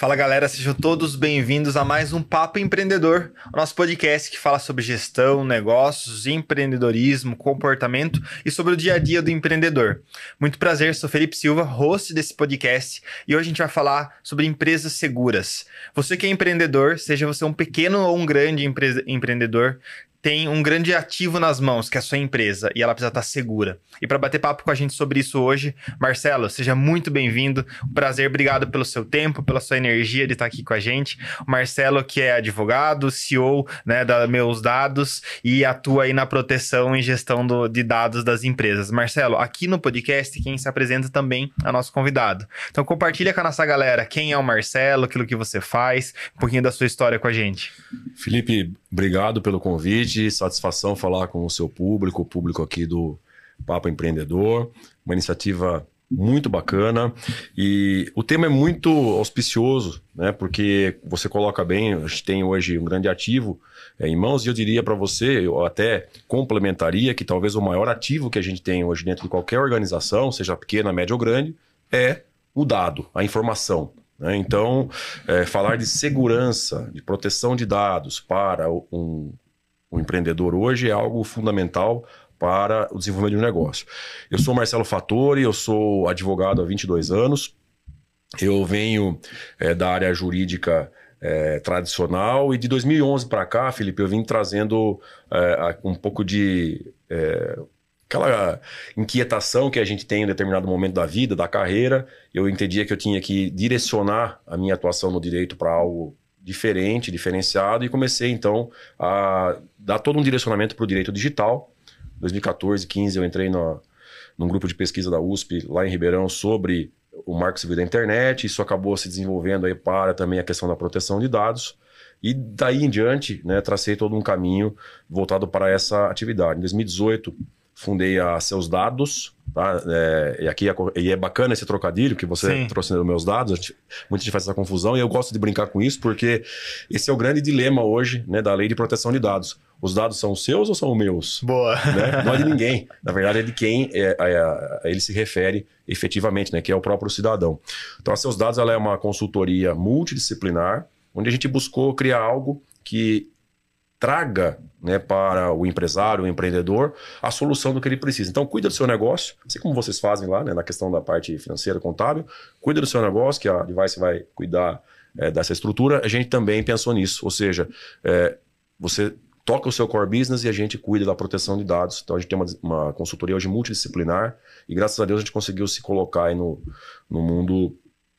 Fala galera, sejam todos bem-vindos a mais um Papo Empreendedor, o nosso podcast que fala sobre gestão, negócios, empreendedorismo, comportamento e sobre o dia a dia do empreendedor. Muito prazer, sou Felipe Silva, host desse podcast, e hoje a gente vai falar sobre empresas seguras. Você que é empreendedor, seja você um pequeno ou um grande empreendedor, tem um grande ativo nas mãos, que é a sua empresa, e ela precisa estar segura. E para bater papo com a gente sobre isso hoje, Marcelo, seja muito bem-vindo. Um prazer, obrigado pelo seu tempo, pela sua energia de estar aqui com a gente. O Marcelo, que é advogado, CEO, né, da Meus Dados e atua aí na proteção e gestão de dados das empresas. Marcelo, aqui no podcast, quem se apresenta também é nosso convidado. Então compartilha com a nossa galera quem é o Marcelo, aquilo que você faz, um pouquinho da sua história com a gente. Felipe, obrigado pelo convite. Satisfação falar com o seu público, o público aqui do Papo Empreendedor. Uma iniciativa muito bacana e o tema é muito auspicioso, né? Porque você coloca bem, a gente tem hoje um grande ativo em mãos e eu diria para você, eu até complementaria que talvez o maior ativo que a gente tem hoje dentro de qualquer organização, seja pequena, média ou grande, é o dado, a informação. Então, falar de segurança, de proteção de dados para um empreendedor hoje é algo fundamental para o desenvolvimento de um negócio. Eu sou Marcelo Fattori, eu sou advogado há 22 anos, eu venho da área jurídica tradicional e de 2011 para cá, Felipe, eu vim trazendo um pouco de... aquela inquietação que a gente tem em determinado momento da vida, da carreira. Eu entendia que eu tinha que direcionar a minha atuação no direito para algo diferente, diferenciado, e comecei então a dar todo um direcionamento para o direito digital. Em 2014, 2015 eu entrei num grupo de pesquisa da USP lá em Ribeirão sobre o Marco Civil da Internet. Isso acabou se desenvolvendo aí para também a questão da proteção de dados. E daí em diante, né, tracei todo um caminho voltado para essa atividade. Em 2018, fundei a Seus Dados, tá? E é bacana esse trocadilho que você Sim. trouxe nos Meus Dados. Muita gente faz essa confusão e eu gosto de brincar com isso porque esse é o grande dilema hoje, né, da lei de proteção de dados. Os dados são seus ou são meus? Boa. Né? Não é de ninguém. Na verdade é de quem ele se refere efetivamente, né, que é o próprio cidadão. Então a Seus Dados ela é uma consultoria multidisciplinar onde a gente buscou criar algo que traga, né, para o empresário, o empreendedor, a solução do que ele precisa. Então, cuida do seu negócio, assim como vocês fazem lá, né, na questão da parte financeira, contábil, cuida do seu negócio, que a Device vai cuidar dessa estrutura. A gente também pensou nisso, ou seja, você toca o seu core business e a gente cuida da proteção de dados. Então, a gente tem uma consultoria hoje multidisciplinar e, graças a Deus, a gente conseguiu se colocar aí no mundo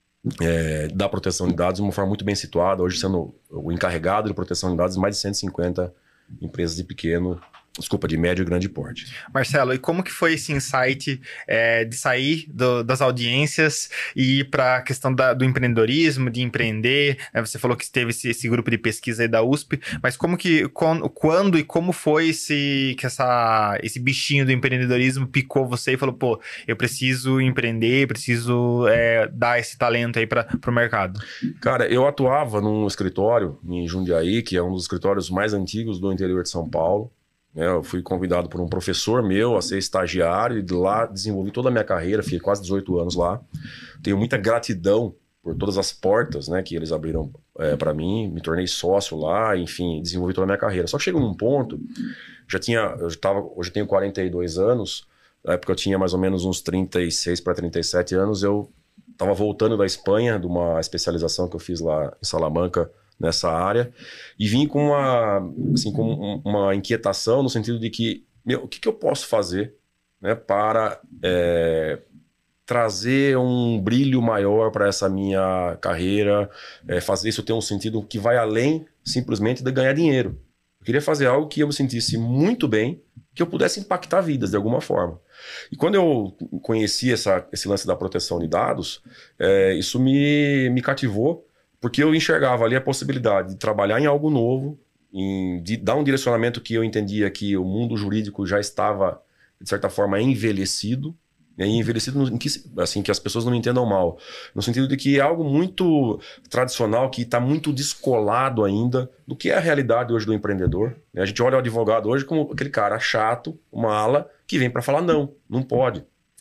da proteção de dados de uma forma muito bem situada, hoje sendo o encarregado de proteção de dados de mais de 150 empresas de médio e grande porte. Marcelo, e como que foi esse insight de sair das audiências e ir para a questão do empreendedorismo, de empreender? Você falou que teve esse grupo de pesquisa aí da USP, mas quando e como foi esse bichinho do empreendedorismo picou você e falou, pô, eu preciso empreender, preciso dar esse talento aí para o mercado? Cara, eu atuava num escritório em Jundiaí, que é um dos escritórios mais antigos do interior de São Paulo. Eu fui convidado por um professor meu a ser estagiário e de lá desenvolvi toda a minha carreira, fiquei quase 18 anos lá. Tenho muita gratidão por todas as portas, né, que eles abriram para mim, me tornei sócio lá, enfim, desenvolvi toda a minha carreira. Só que chegou num ponto, hoje eu tenho 42 anos, na época eu tinha mais ou menos uns 36 para 37 anos, eu estava voltando da Espanha, de uma especialização que eu fiz lá em Salamanca, nessa área, e vim com uma inquietação no sentido de que, o que eu posso fazer, né, para trazer um brilho maior para essa minha carreira, fazer isso ter um sentido que vai além simplesmente de ganhar dinheiro. Eu queria fazer algo que eu me sentisse muito bem, que eu pudesse impactar vidas de alguma forma. E quando eu conheci esse lance da proteção de dados, isso me cativou, porque eu enxergava ali a possibilidade de trabalhar em algo novo, de dar um direcionamento que eu entendia que o mundo jurídico já estava, de certa forma, envelhecido. E envelhecido que as pessoas não me entendam mal. No sentido de que é algo muito tradicional, que está muito descolado ainda do que é a realidade hoje do empreendedor. A gente olha o advogado hoje como aquele cara chato, uma ala, que vem para falar não pode.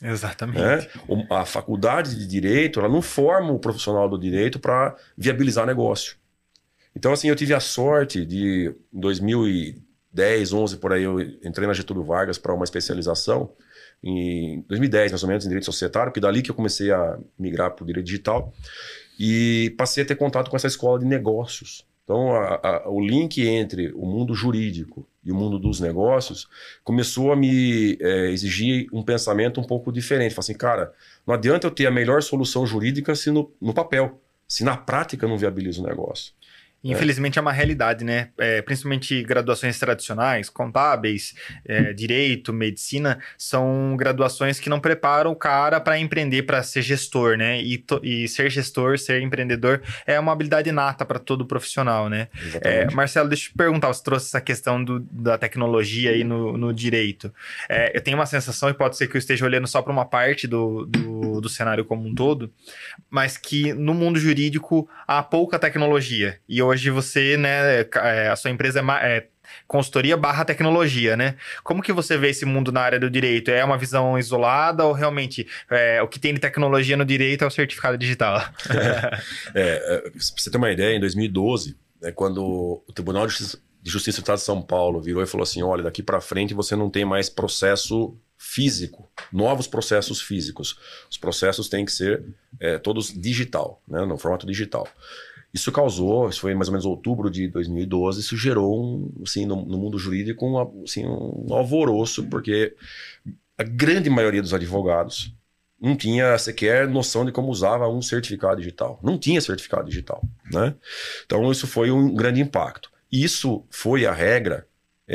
Exatamente. A faculdade de direito, ela não forma o profissional do direito para viabilizar negócio. Então, assim, eu tive a sorte de, em 2010, 11, por aí, eu entrei na Getúlio Vargas para uma especialização, em 2010, mais ou menos, em direito societário, porque dali que eu comecei a migrar para o direito digital, e passei a ter contato com essa escola de negócios. Então, o link entre o mundo jurídico e o mundo dos negócios começou a me exigir um pensamento um pouco diferente. Falei assim, cara, não adianta eu ter a melhor solução jurídica se no papel, se na prática eu não viabilizo o negócio. Infelizmente é uma realidade, né? Principalmente graduações tradicionais, contábeis, direito, medicina, são graduações que não preparam o cara para empreender, para ser gestor, né? E ser gestor, ser empreendedor é uma habilidade inata para todo profissional, né? Marcelo, deixa eu te perguntar, você trouxe essa questão da tecnologia aí no direito. Eu tenho uma sensação, e pode ser que eu esteja olhando só para uma parte do cenário como um todo, mas que no mundo jurídico há pouca tecnologia. E hoje você, né, a sua empresa é consultoria / tecnologia, né? Como que você vê esse mundo na área do direito? É uma visão isolada ou realmente o que tem de tecnologia no direito é o certificado digital? Pra você ter uma ideia, em 2012, quando o Tribunal de Justiça do Estado de São Paulo virou e falou assim, olha, daqui para frente você não tem mais processo físico, novos processos físicos. Os processos têm que ser todos digital, né, no formato digital. Isso foi mais ou menos outubro de 2012, isso gerou, assim, no mundo jurídico, um alvoroço, porque a grande maioria dos advogados não tinha sequer noção de como usava um certificado digital. Não tinha certificado digital, né? Então isso foi um grande impacto. Isso foi a regra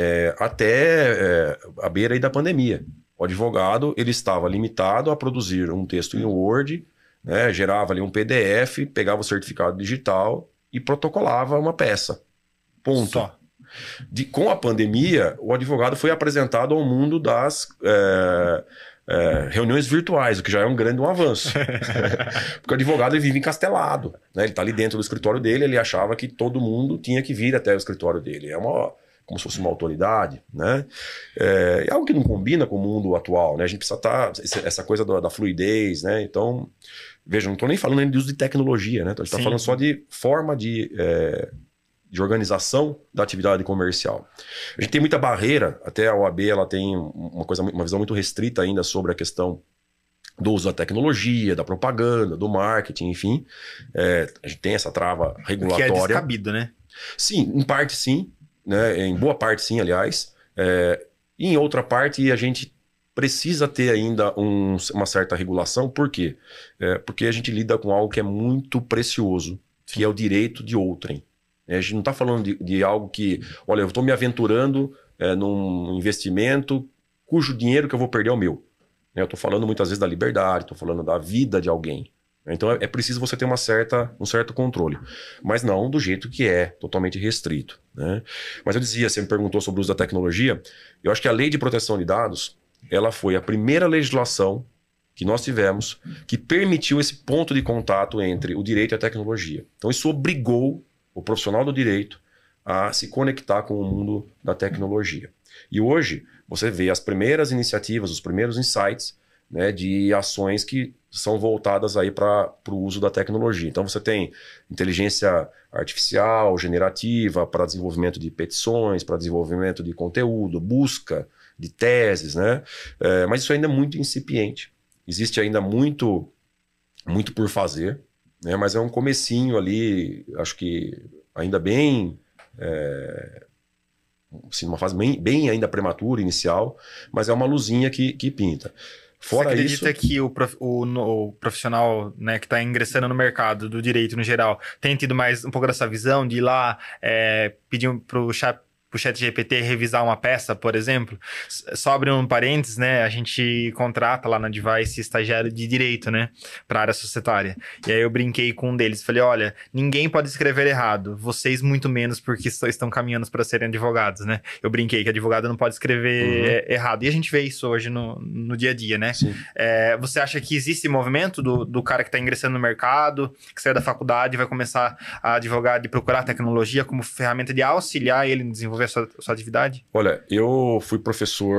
até a beira aí da pandemia. O advogado ele estava limitado a produzir um texto em Word, né, gerava ali um PDF, pegava o certificado digital e protocolava uma peça. Ponto. Só. Com a pandemia, o advogado foi apresentado ao mundo das reuniões virtuais, o que já é um grande avanço. Porque o advogado ele vive encastelado, né? Ele está ali dentro do escritório dele, ele achava que todo mundo tinha que vir até o escritório dele. Como se fosse uma autoridade, né? É algo que não combina com o mundo atual, né? A gente precisa estar... Essa coisa da fluidez, né? Então, veja, não estou nem falando ainda de uso de tecnologia, né? Então, a gente está falando só de forma de organização da atividade comercial. A gente tem muita barreira, até a OAB ela tem uma visão muito restrita ainda sobre a questão do uso da tecnologia, da propaganda, do marketing, enfim. A gente tem essa trava regulatória. Que é descabido, né? Sim, em parte sim. Né, em boa parte sim, aliás. E em outra parte a gente precisa ter ainda uma certa regulação. Por quê? Porque a gente lida com algo que é muito precioso, que é o direito de outrem. A gente não está falando de algo que, olha, eu estou me aventurando num investimento cujo dinheiro que eu vou perder é o meu. Eu estou falando muitas vezes da liberdade, estou falando da vida de alguém. Então é preciso você ter um certo controle, mas não do jeito que é totalmente restrito, né? Mas eu dizia, você me perguntou sobre o uso da tecnologia, eu acho que a Lei de Proteção de Dados, ela foi a primeira legislação que nós tivemos que permitiu esse ponto de contato entre o direito e a tecnologia. Então isso obrigou o profissional do direito a se conectar com o mundo da tecnologia. E hoje você vê as primeiras iniciativas, os primeiros insights, né, de ações que são voltadas aí para o uso da tecnologia. Então você tem inteligência artificial, generativa, para desenvolvimento de petições, para desenvolvimento de conteúdo, busca de teses, né? Mas isso ainda é muito incipiente. Existe ainda muito por fazer, né? Mas é um comecinho ali, acho que ainda bem... assim, numa fase bem ainda prematura, inicial, mas é uma luzinha que pinta. Fora Você acredita isso, que o profissional, né, que está ingressando no mercado do direito no geral tem tido mais um pouco dessa visão de ir lá pedir para o ChatGPT revisar uma peça, por exemplo? Só abrindo um parênteses, né? A gente contrata lá na Device estagiário de direito, né? Para a área societária. E aí eu brinquei com um deles. Falei, olha, ninguém pode escrever errado. Vocês muito menos, porque estão caminhando para serem advogados, né? Eu brinquei que advogado não pode escrever errado. E a gente vê isso hoje no dia a dia, né? Você acha que existe movimento do cara que está ingressando no mercado, que saiu da faculdade e vai começar a advogar, de procurar tecnologia como ferramenta de auxiliar ele no desenvolver a sua atividade? Olha, eu fui professor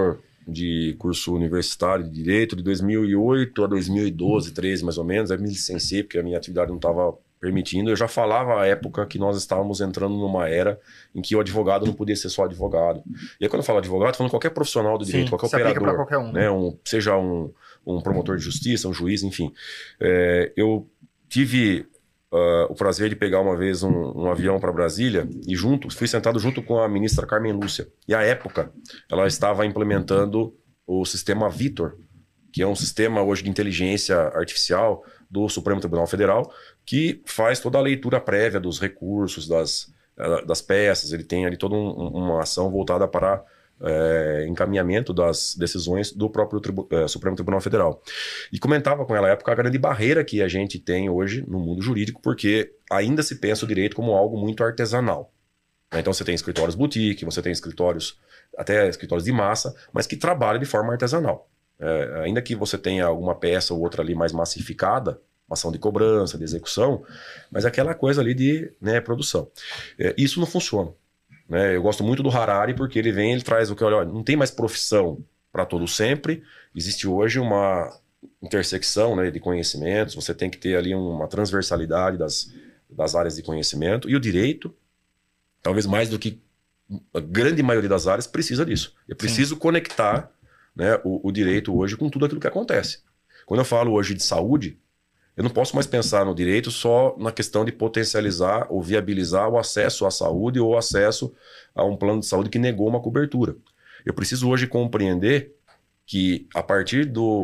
de curso universitário de Direito de 2008 a 2012, 13 mais ou menos. Aí me licenciei porque a minha atividade não estava permitindo. Eu já falava à época que nós estávamos entrando numa era em que o advogado não podia ser só advogado. E aí quando eu falo advogado, eu tô falando qualquer profissional do direito, qualquer operador. Aplica para qualquer um. Né? Seja um promotor de justiça, um juiz, enfim. Eu tive o prazer de pegar uma vez um avião para Brasília e fui sentado junto com a ministra Carmen Lúcia. E à época, ela estava implementando o sistema Vitor, que é um sistema hoje de inteligência artificial do Supremo Tribunal Federal, que faz toda a leitura prévia dos recursos, das peças. Ele tem ali toda uma ação voltada para encaminhamento das decisões do próprio Supremo Tribunal Federal. E comentava com ela à época a grande barreira que a gente tem hoje no mundo jurídico, porque ainda se pensa o direito como algo muito artesanal. Então você tem escritórios boutique, você tem até escritórios de massa, mas que trabalham de forma artesanal. Ainda que você tenha alguma peça ou outra ali mais massificada, ação de cobrança, de execução, mas aquela coisa ali de produção. Isso não funciona. Eu gosto muito do Harari porque ele traz o que, olha, não tem mais profissão para todo sempre, existe hoje uma intersecção de conhecimentos, você tem que ter ali uma transversalidade das áreas de conhecimento, e o direito, talvez mais do que a grande maioria das áreas, precisa disso. Eu preciso conectar o direito hoje com tudo aquilo que acontece. Quando eu falo hoje de saúde, eu não posso mais pensar no direito só na questão de potencializar ou viabilizar o acesso à saúde ou o acesso a um plano de saúde que negou uma cobertura. Eu preciso hoje compreender que, a partir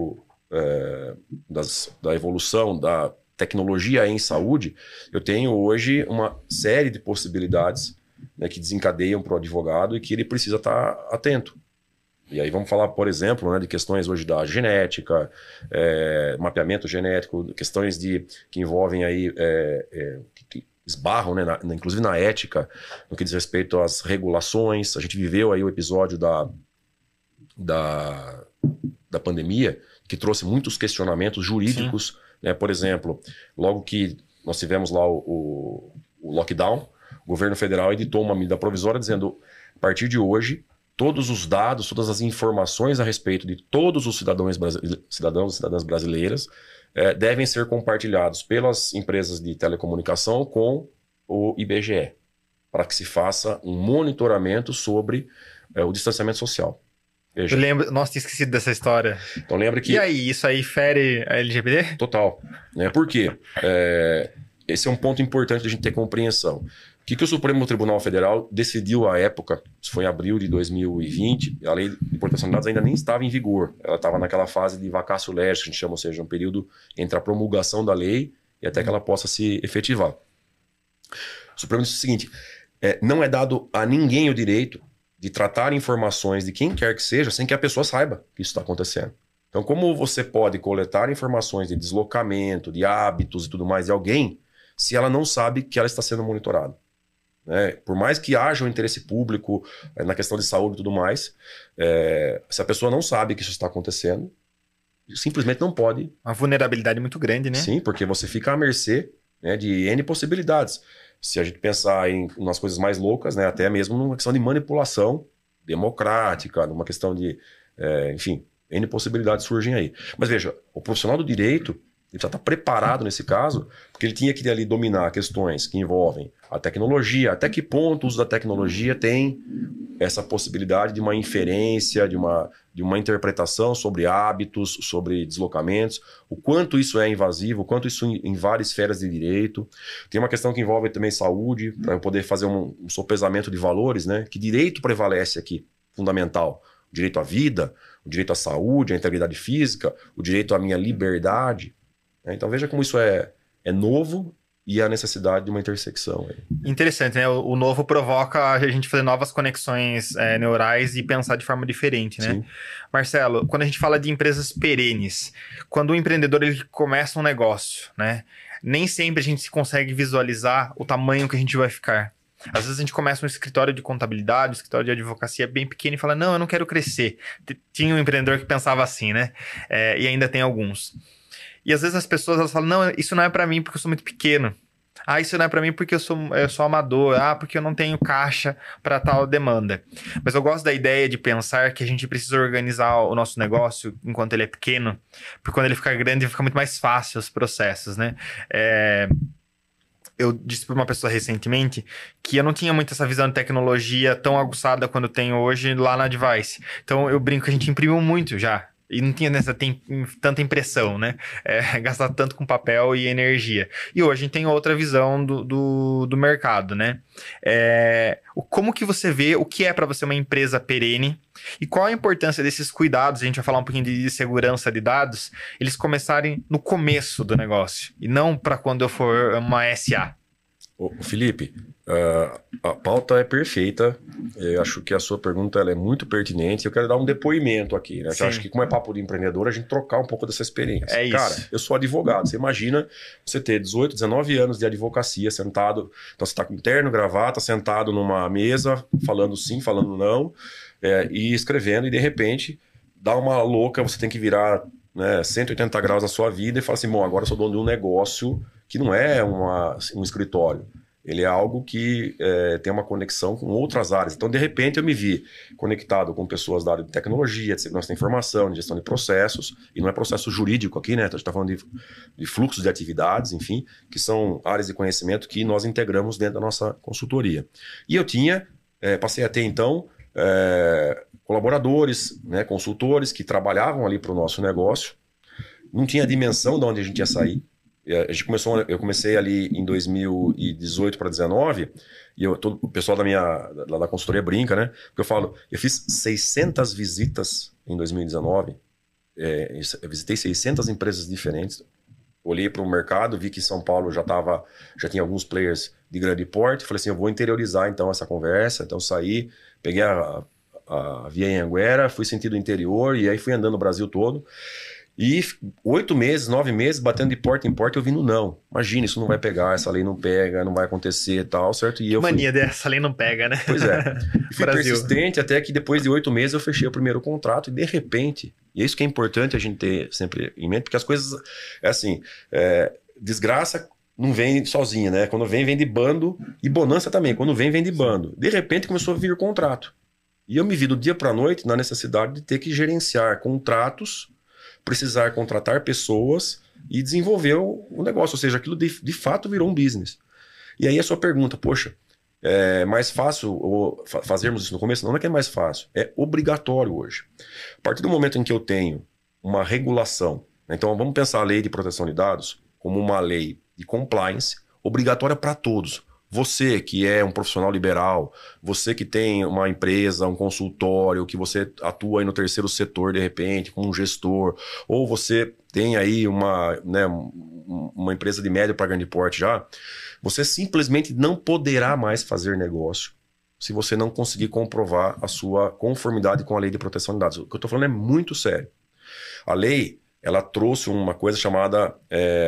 da evolução da tecnologia em saúde, eu tenho hoje uma série de possibilidades que desencadeiam para o advogado e que ele precisa estar atento. E aí vamos falar, por exemplo, de questões hoje da genética, mapeamento genético, questões que envolvem aí, que esbarram, inclusive na ética, no que diz respeito às regulações. A gente viveu aí o episódio da pandemia, que trouxe muitos questionamentos jurídicos. Por exemplo, logo que nós tivemos lá o lockdown, o governo federal editou uma medida provisória dizendo, a partir de hoje, todos os dados, todas as informações a respeito de todos os cidadãos e cidadãs brasileiras devem ser compartilhados pelas empresas de telecomunicação com o IBGE, para que se faça um monitoramento sobre o distanciamento social. Veja. Eu lembro, nossa, tinha esquecido dessa história. Então lembra que... E aí, isso aí fere a LGBT? Total. Por quê? Esse é um ponto importante de a gente ter compreensão. O que o Supremo Tribunal Federal decidiu à época, isso foi em abril de 2020, a lei de proteção de dados ainda nem estava em vigor. Ela estava naquela fase de vacatio legis, que a gente chama, ou seja, um período entre a promulgação da lei e até que ela possa se efetivar. O Supremo disse o seguinte, não é dado a ninguém o direito de tratar informações de quem quer que seja sem que a pessoa saiba que isso está acontecendo. Então, como você pode coletar informações de deslocamento, de hábitos e tudo mais de alguém, se ela não sabe que ela está sendo monitorada? Por mais que haja um interesse público na questão de saúde e tudo mais, se a pessoa não sabe que isso está acontecendo, simplesmente não pode. Uma vulnerabilidade muito grande, né? Sim, porque você fica à mercê de N possibilidades. Se a gente pensar em umas coisas mais loucas, até mesmo numa questão de manipulação democrática, numa questão de... enfim, N possibilidades surgem aí. Mas veja, o profissional do direito... Ele precisa estar preparado nesse caso, porque ele tinha que ali dominar questões que envolvem a tecnologia, até que ponto o uso da tecnologia tem essa possibilidade de uma inferência, de uma interpretação sobre hábitos, sobre deslocamentos, o quanto isso é invasivo, o quanto isso invade esferas de direito. Tem uma questão que envolve também saúde, para eu poder fazer um sopesamento de valores, que direito prevalece aqui, fundamental. O direito à vida, o direito à saúde, à integridade física, o direito à minha liberdade. Então veja como isso é novo e a necessidade de uma intersecção. Interessante, né? O novo provoca a gente fazer novas conexões neurais e pensar de forma diferente, né? Sim. Marcelo, quando a gente fala de empresas perenes, quando o empreendedor ele começa um negócio, nem sempre a gente consegue visualizar o tamanho que a gente vai ficar. Às vezes a gente começa um escritório de contabilidade, um escritório de advocacia bem pequeno e fala, não, eu não quero crescer. Tinha um empreendedor que pensava assim, e ainda tem alguns. E às vezes as pessoas elas falam, não, isso não é para mim porque eu sou muito pequeno. Ah, isso não é para mim porque eu sou amador. Ah, porque eu não tenho caixa para tal demanda. Mas eu gosto da ideia de pensar que a gente precisa organizar o nosso negócio enquanto ele é pequeno, porque quando ele fica grande fica muito mais fácil os processos, né? Eu disse para uma pessoa recentemente que eu não tinha muito essa visão de tecnologia tão aguçada quando eu tenho hoje lá na Advice. Então eu brinco que a gente imprimiu muito já. E não tinha tanta impressão, né? Gastar tanto com papel e energia. E hoje a gente tem outra visão do mercado, né? Como que você vê o que é para você uma empresa perene e qual a importância desses cuidados, a gente vai falar um pouquinho de segurança de dados, eles começarem no começo do negócio e não para quando eu for uma SA. Ô, Felipe, a pauta é perfeita. Eu acho que a sua pergunta ela é muito pertinente. Eu quero dar um depoimento aqui, né? Eu acho que, como é papo de empreendedor, a gente trocar um pouco dessa experiência. É isso. Cara, eu sou advogado. Você imagina você ter 18, 19 anos de advocacia sentado. Então, você está com terno, gravata, sentado numa mesa, falando sim, falando não, e escrevendo, e de repente dá uma louca, você tem que virar, né, 180 graus na sua vida e falar assim: bom, agora eu sou dono de um negócio que não é um escritório. Ele é algo que tem uma conexão com outras áreas. Então, de repente, eu me vi conectado com pessoas da área de tecnologia, de segurança da informação, de gestão de processos, e não é processo jurídico aqui, né? A gente está falando de fluxos de atividades, enfim, que são áreas de conhecimento que nós integramos dentro da nossa consultoria. E eu passei a ter, então, colaboradores, né, consultores que trabalhavam ali para o nosso negócio. Não tinha dimensão de onde a gente ia sair. Eu comecei ali em 2018 para 2019, e o pessoal da consultoria brinca, né? Porque eu fiz 600 visitas em 2019, eu visitei 600 empresas diferentes, olhei para o mercado, vi que São Paulo já tinha alguns players de grande porte, falei assim: eu vou interiorizar então essa conversa. Então saí, peguei a Via Anhanguera, fui sentido interior, e aí fui andando o Brasil todo. E 8 meses, 9 meses, batendo de porta em porta, eu vindo não. Imagina, isso não vai pegar, essa lei não pega, não vai acontecer e tal, certo? E Mania dessa lei não pega, né? Pois é. Fui persistente até que depois de 8 meses eu fechei o primeiro contrato e de repente, e é isso que é importante a gente ter sempre em mente, porque as coisas, desgraça não vem sozinha, né? Quando vem de bando, e bonança também, quando vem de bando. De repente começou a vir contrato. E eu me vi do dia para a noite na necessidade de ter que gerenciar contratos, precisar contratar pessoas e desenvolver o negócio. Ou seja, aquilo de fato virou um business. E aí a sua pergunta: poxa, é mais fácil fazermos isso no começo? Não é que é mais fácil, é obrigatório hoje. A partir do momento em que eu tenho uma regulação, então vamos pensar a lei de proteção de dados como uma lei de compliance obrigatória para todos. Você que é um profissional liberal, você que tem uma empresa, um consultório, que você atua aí no terceiro setor de repente, como um gestor, ou você tem aí uma empresa de médio para grande porte já, você simplesmente não poderá mais fazer negócio se você não conseguir comprovar a sua conformidade com a lei de proteção de dados. O que eu estou falando é muito sério. A lei, ela trouxe uma coisa chamada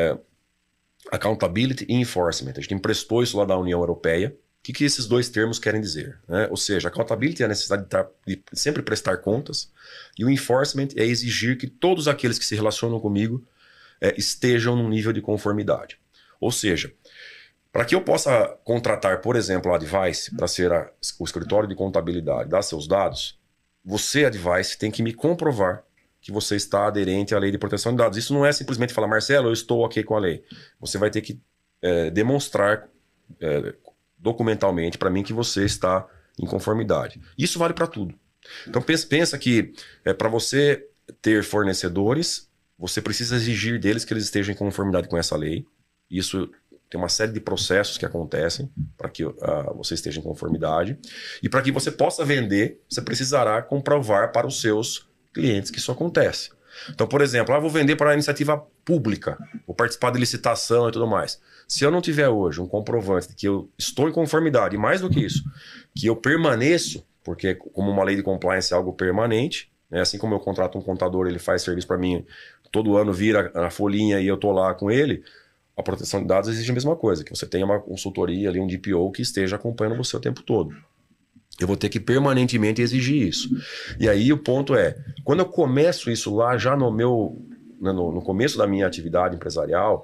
Accountability e Enforcement. A gente emprestou isso lá da União Europeia. O que esses dois termos querem dizer, né? Ou seja, accountability é a necessidade de sempre prestar contas, e o enforcement é exigir que todos aqueles que se relacionam comigo estejam num nível de conformidade. Ou seja, para que eu possa contratar, por exemplo, a Advice para ser o escritório de contabilidade, dar seus dados, você, Advice, tem que me comprovar que você está aderente à lei de proteção de dados. Isso não é simplesmente falar: Marcelo, eu estou ok com a lei. Você vai ter que demonstrar documentalmente para mim que você está em conformidade. Isso vale para tudo. Então pensa que para você ter fornecedores, você precisa exigir deles que eles estejam em conformidade com essa lei. Isso tem uma série de processos que acontecem para que você esteja em conformidade. E para que você possa vender, você precisará comprovar para os seus clientes que isso acontece. Então, por exemplo, vou vender para a iniciativa pública, vou participar de licitação e tudo mais. Se eu não tiver hoje um comprovante de que eu estou em conformidade, e mais do que isso, que eu permaneço, porque como uma lei de compliance é algo permanente, né? Assim como eu contrato um contador, ele faz serviço para mim, todo ano vira a folhinha e eu estou lá com ele, a proteção de dados exige a mesma coisa, que você tenha uma consultoria ali, um DPO que esteja acompanhando você o tempo todo. Eu vou ter que permanentemente exigir isso. E aí o ponto é, quando eu começo isso lá, já no começo da minha atividade empresarial,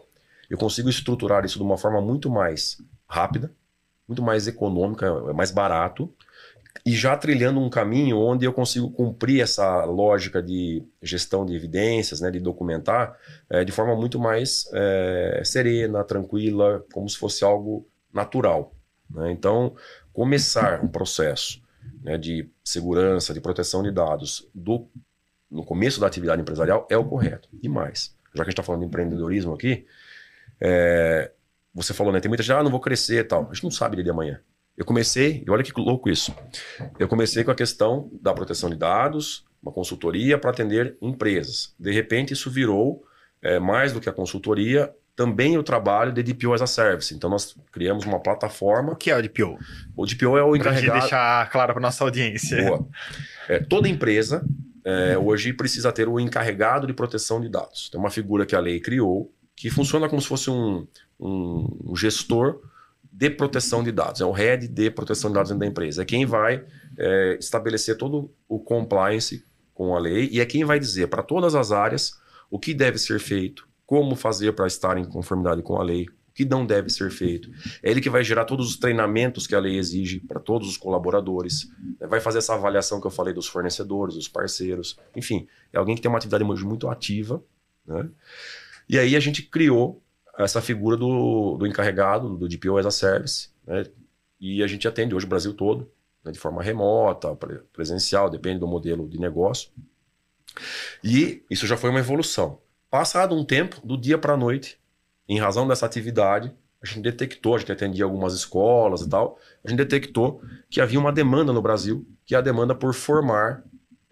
eu consigo estruturar isso de uma forma muito mais rápida, muito mais econômica, é mais barato, e já trilhando um caminho onde eu consigo cumprir essa lógica de gestão de evidências, né, de documentar, de forma muito mais serena, tranquila, como se fosse algo natural, né? Então, começar um processo, né, de segurança, de proteção de dados no começo da atividade empresarial é o correto. E mais, já que a gente está falando de empreendedorismo aqui, você falou, né, tem muita gente, não vou crescer e tal. A gente não sabe dia de amanhã. Eu comecei, e olha que louco isso, eu comecei com a questão da proteção de dados, uma consultoria para atender empresas. De repente isso virou, mais do que a consultoria, também o trabalho de DPO as a Service. Então nós criamos uma plataforma. O que é o DPO? O DPO é o encarregado... Para deixar claro para nossa audiência. Boa. Toda empresa hoje precisa ter o encarregado de proteção de dados. Tem uma figura que a lei criou que funciona como se fosse um gestor de proteção de dados. É o head de proteção de dados dentro da empresa. É quem vai estabelecer todo o compliance com a lei e é quem vai dizer para todas as áreas o que deve ser feito, como fazer para estar em conformidade com a lei, o que não deve ser feito. É ele que vai gerar todos os treinamentos que a lei exige para todos os colaboradores, vai fazer essa avaliação que eu falei dos fornecedores, dos parceiros, enfim, é alguém que tem uma atividade muito ativa, né? E aí a gente criou essa figura do encarregado, do DPO as a Service, né? E a gente atende hoje o Brasil todo, né, de forma remota, presencial, depende do modelo de negócio. E isso já foi uma evolução. Passado um tempo, do dia para a noite, em razão dessa atividade, a gente detectou, a gente atendia algumas escolas e tal, a gente detectou que havia uma demanda no Brasil, que é a demanda por formar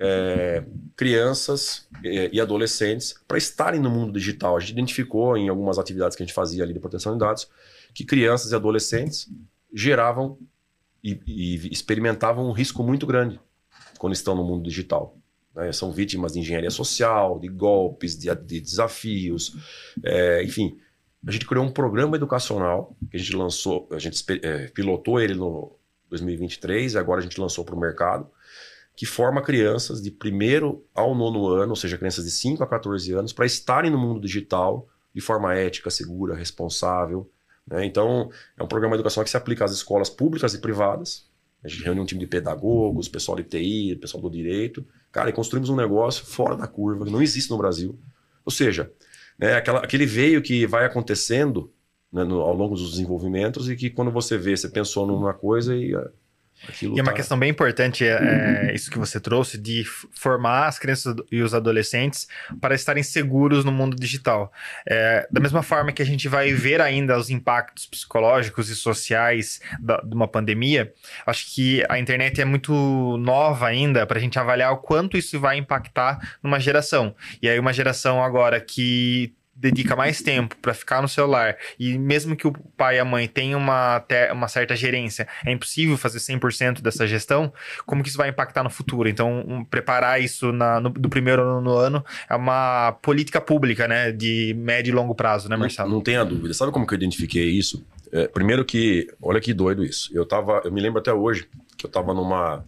crianças e adolescentes para estarem no mundo digital. A gente identificou em algumas atividades que a gente fazia ali de proteção de dados que crianças e adolescentes geravam e experimentavam um risco muito grande quando estão no mundo digital, né? São vítimas de engenharia social, de golpes, de desafios, enfim. A gente criou um programa educacional que a gente lançou, a gente pilotou ele no 2023 e agora a gente lançou para o mercado, que forma crianças de 1º ao 9º ano, ou seja, crianças de 5 a 14 anos, para estarem no mundo digital de forma ética, segura, responsável, né? Então, é um programa educacional que se aplica às escolas públicas e privadas. A gente reúne um time de pedagogos, pessoal de TI, pessoal do direito. Cara, e construímos um negócio fora da curva, que não existe no Brasil. Ou seja, né, aquele veio que vai acontecendo, né, ao longo dos desenvolvimentos e que quando você vê, você pensou numa coisa e... E é uma questão bem importante, isso que você trouxe, de formar as crianças e os adolescentes para estarem seguros no mundo digital. Da mesma forma que a gente vai ver ainda os impactos psicológicos e sociais de uma pandemia, acho que a internet é muito nova ainda para a gente avaliar o quanto isso vai impactar numa geração. E aí uma geração agora que dedica mais tempo para ficar no celular e mesmo que o pai e a mãe tenham uma certa gerência, é impossível fazer 100% dessa gestão, como que isso vai impactar no futuro? Então, preparar isso do 1º ano é uma política pública, né, de médio e longo prazo, né, Marcelo? Não tenha dúvida. Sabe como que eu identifiquei isso? Primeiro que, olha que doido isso, eu me lembro até hoje que eu estava numa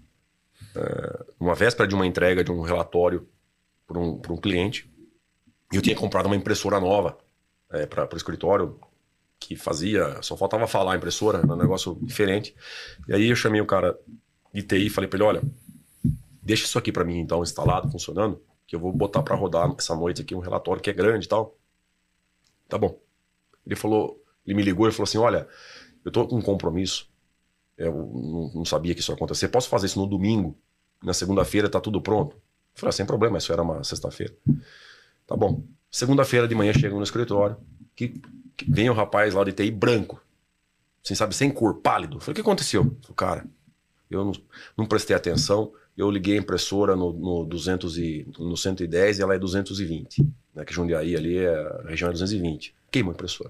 véspera de uma entrega de um relatório para um cliente. E eu tinha comprado uma impressora nova para o escritório, que só faltava falar a impressora, era um negócio diferente. E aí eu chamei o cara de TI e falei para ele, olha, deixa isso aqui para mim então instalado, funcionando, que eu vou botar para rodar essa noite aqui um relatório que é grande e tal. Tá bom. Ele me ligou e falou assim, olha, eu tô com um compromisso, eu não sabia que isso ia acontecer, posso fazer isso no domingo? Na segunda-feira tá tudo pronto? Eu falei, sem problema, isso era uma sexta-feira. Tá bom. Segunda-feira de manhã chego no escritório, que vem o rapaz lá de TI branco, sem cor, pálido. Eu falei, o que aconteceu? Eu falei, cara, eu não prestei atenção, eu liguei a impressora no 110 e ela é 220, né, que Jundiaí ali, a região é 220. Queimou a impressora.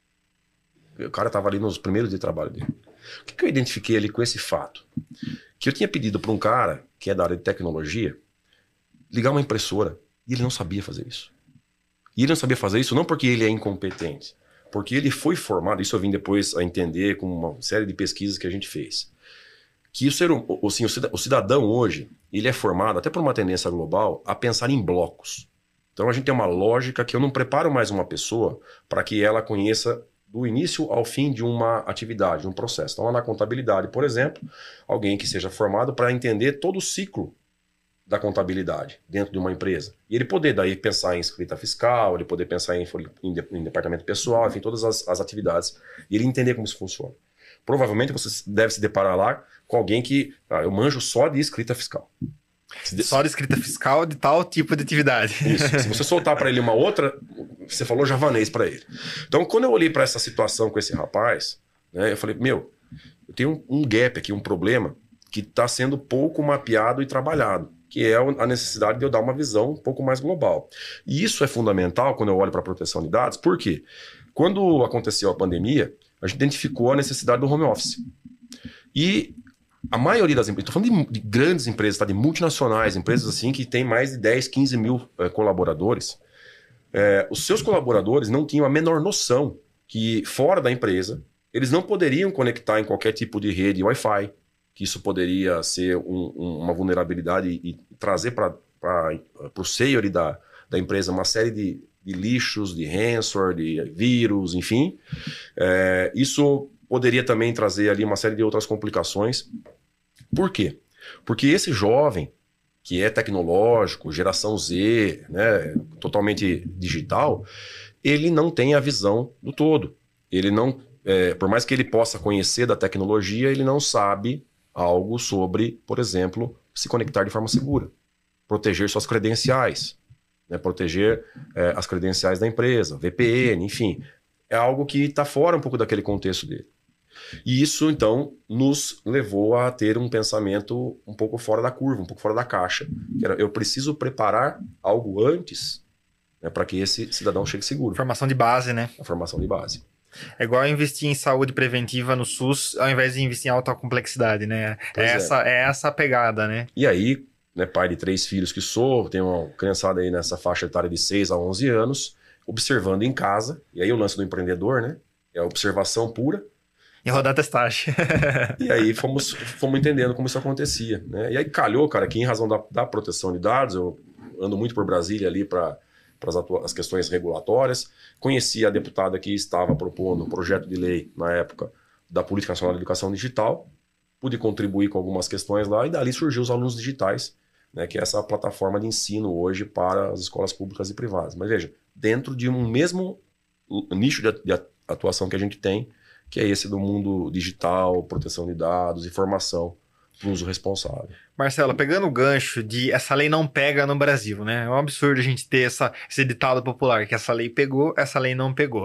O cara estava ali nos primeiros dias de trabalho dele. O que eu identifiquei ali com esse fato? Que eu tinha pedido para um cara, que é da área de tecnologia, ligar uma impressora. E ele não sabia fazer isso. E ele não sabia fazer isso não porque ele é incompetente, porque ele foi formado, isso eu vim depois a entender com uma série de pesquisas que a gente fez, que o cidadão hoje, ele é formado, até por uma tendência global, a pensar em blocos. Então a gente tem uma lógica que eu não preparo mais uma pessoa para que ela conheça do início ao fim de uma atividade, de um processo. Então, na contabilidade, por exemplo, alguém que seja formado para entender todo o ciclo da contabilidade dentro de uma empresa. E ele poder daí pensar em escrita fiscal, ele poder pensar em departamento pessoal, enfim, todas as atividades. E ele entender como isso funciona. Provavelmente você deve se deparar lá com alguém que, eu manjo só de escrita fiscal. Só de escrita fiscal de tal tipo de atividade. Isso. Se você soltar para ele uma outra, você falou javanês para ele. Então, quando eu olhei para essa situação com esse rapaz, né, eu falei, eu tenho um gap aqui, um problema que está sendo pouco mapeado e trabalhado, que é a necessidade de eu dar uma visão um pouco mais global. E isso é fundamental quando eu olho para a proteção de dados, porque quando aconteceu a pandemia, a gente identificou a necessidade do home office. E a maioria das empresas, estou falando de grandes empresas, tá? De multinacionais, empresas assim que têm mais de 10, 15 mil colaboradores. Os seus colaboradores não tinham a menor noção que fora da empresa eles não poderiam conectar em qualquer tipo de rede Wi-Fi, que isso poderia ser uma vulnerabilidade e trazer para o seio ali da empresa uma série de lixos, de ransomware, de vírus, enfim. Isso poderia também trazer ali uma série de outras complicações. Por quê? Porque esse jovem, que é tecnológico, geração Z, né, totalmente digital, ele não tem a visão do todo. Ele não, por mais que ele possa conhecer da tecnologia, ele não sabe algo sobre, por exemplo, se conectar de forma segura, proteger suas credenciais, né, proteger as credenciais da empresa, VPN, enfim. É algo que está fora um pouco daquele contexto dele. E isso, então, nos levou a ter um pensamento um pouco fora da curva, um pouco fora da caixa. Que era, eu preciso preparar algo antes, né, para que esse cidadão chegue seguro. Formação de base, né? A formação de base. É igual investir em saúde preventiva no SUS, ao invés de investir em alta complexidade, né? É essa a pegada, né? E aí, né, pai de 3 filhos que sou, tenho uma criançada aí nessa faixa etária de 6 a 11 anos, observando em casa, e aí o lance do empreendedor, né? É a observação pura. E rodar testagem. E aí fomos entendendo como isso acontecia, né? E aí calhou, cara, que em razão da proteção de dados, eu ando muito por Brasília ali para as questões regulatórias. Conheci a deputada que estava propondo um projeto de lei, na época, da Política Nacional de Educação Digital. Pude contribuir com algumas questões lá e dali surgiu os alunos digitais, né, que é essa plataforma de ensino hoje para as escolas públicas e privadas. Mas veja, dentro de um mesmo nicho de atuação que a gente tem, que é esse do mundo digital, proteção de dados e formação para o uso responsável. Marcelo, pegando o gancho de essa lei não pega no Brasil, né? É um absurdo a gente ter esse ditado popular, que essa lei pegou, essa lei não pegou.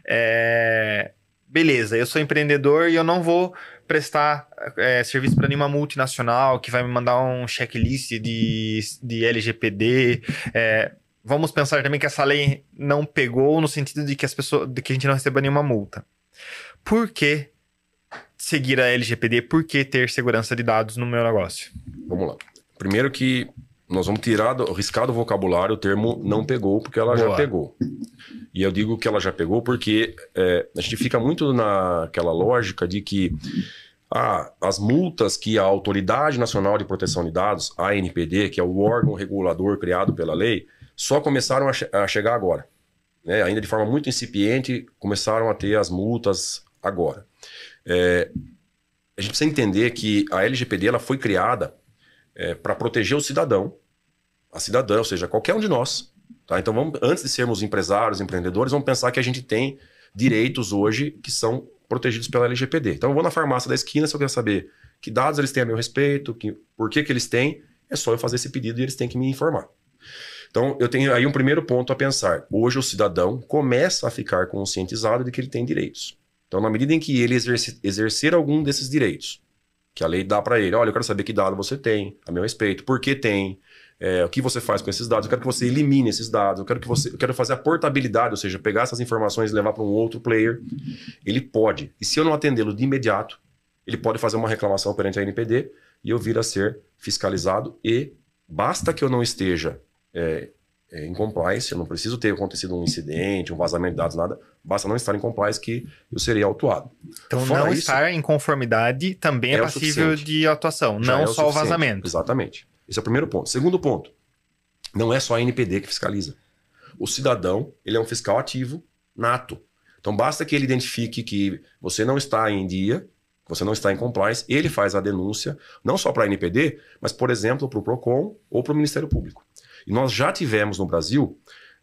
Beleza, eu sou empreendedor e eu não vou prestar serviço para nenhuma multinacional que vai me mandar um checklist de LGPD. Vamos pensar também que essa lei não pegou no sentido de que a gente não receba nenhuma multa. Por que seguir a LGPD? Por que ter segurança de dados no meu negócio? Vamos lá. Primeiro que nós vamos riscar do vocabulário o termo não pegou, porque ela já pegou. E eu digo que ela já pegou porque a gente fica muito naquela lógica de que as multas que a Autoridade Nacional de Proteção de Dados, a ANPD, que é o órgão regulador criado pela lei, só começaram a chegar agora. Né? Ainda de forma muito incipiente, começaram a ter as multas agora. A gente precisa entender que a LGPD ela foi criada para proteger o cidadão, a cidadã, ou seja, qualquer um de nós. Tá? Então, antes de sermos empresários, empreendedores, vamos pensar que a gente tem direitos hoje que são protegidos pela LGPD. Então, eu vou na farmácia da esquina, se eu quero saber que dados eles têm a meu respeito, por que eles têm, é só eu fazer esse pedido e eles têm que me informar. Então, eu tenho aí um primeiro ponto a pensar. Hoje, o cidadão começa a ficar conscientizado de que ele tem direitos. Então, na medida em que ele exercer algum desses direitos, que a lei dá para ele, olha, eu quero saber que dado você tem a meu respeito, por que tem, o que você faz com esses dados, eu quero que você elimine esses dados, eu quero fazer a portabilidade, ou seja, pegar essas informações e levar para um outro player. Ele pode. E se eu não atendê-lo de imediato, ele pode fazer uma reclamação perante a ANPD e eu vir a ser fiscalizado e basta que eu não esteja em compliance, eu não preciso ter acontecido um incidente, um vazamento de dados, nada, basta não estar em compliance que eu serei autuado. Então, não estar em conformidade também é passível de atuação, não só o vazamento. Exatamente. Esse é o primeiro ponto. Segundo ponto, não é só a ANPD que fiscaliza. o cidadão, ele é um fiscal ativo nato. Então basta que ele identifique que você não está em dia, você não está em compliance, ele faz a denúncia, não só para a NPD, mas, por exemplo, para o PROCON ou para o Ministério Público. E nós já tivemos no Brasil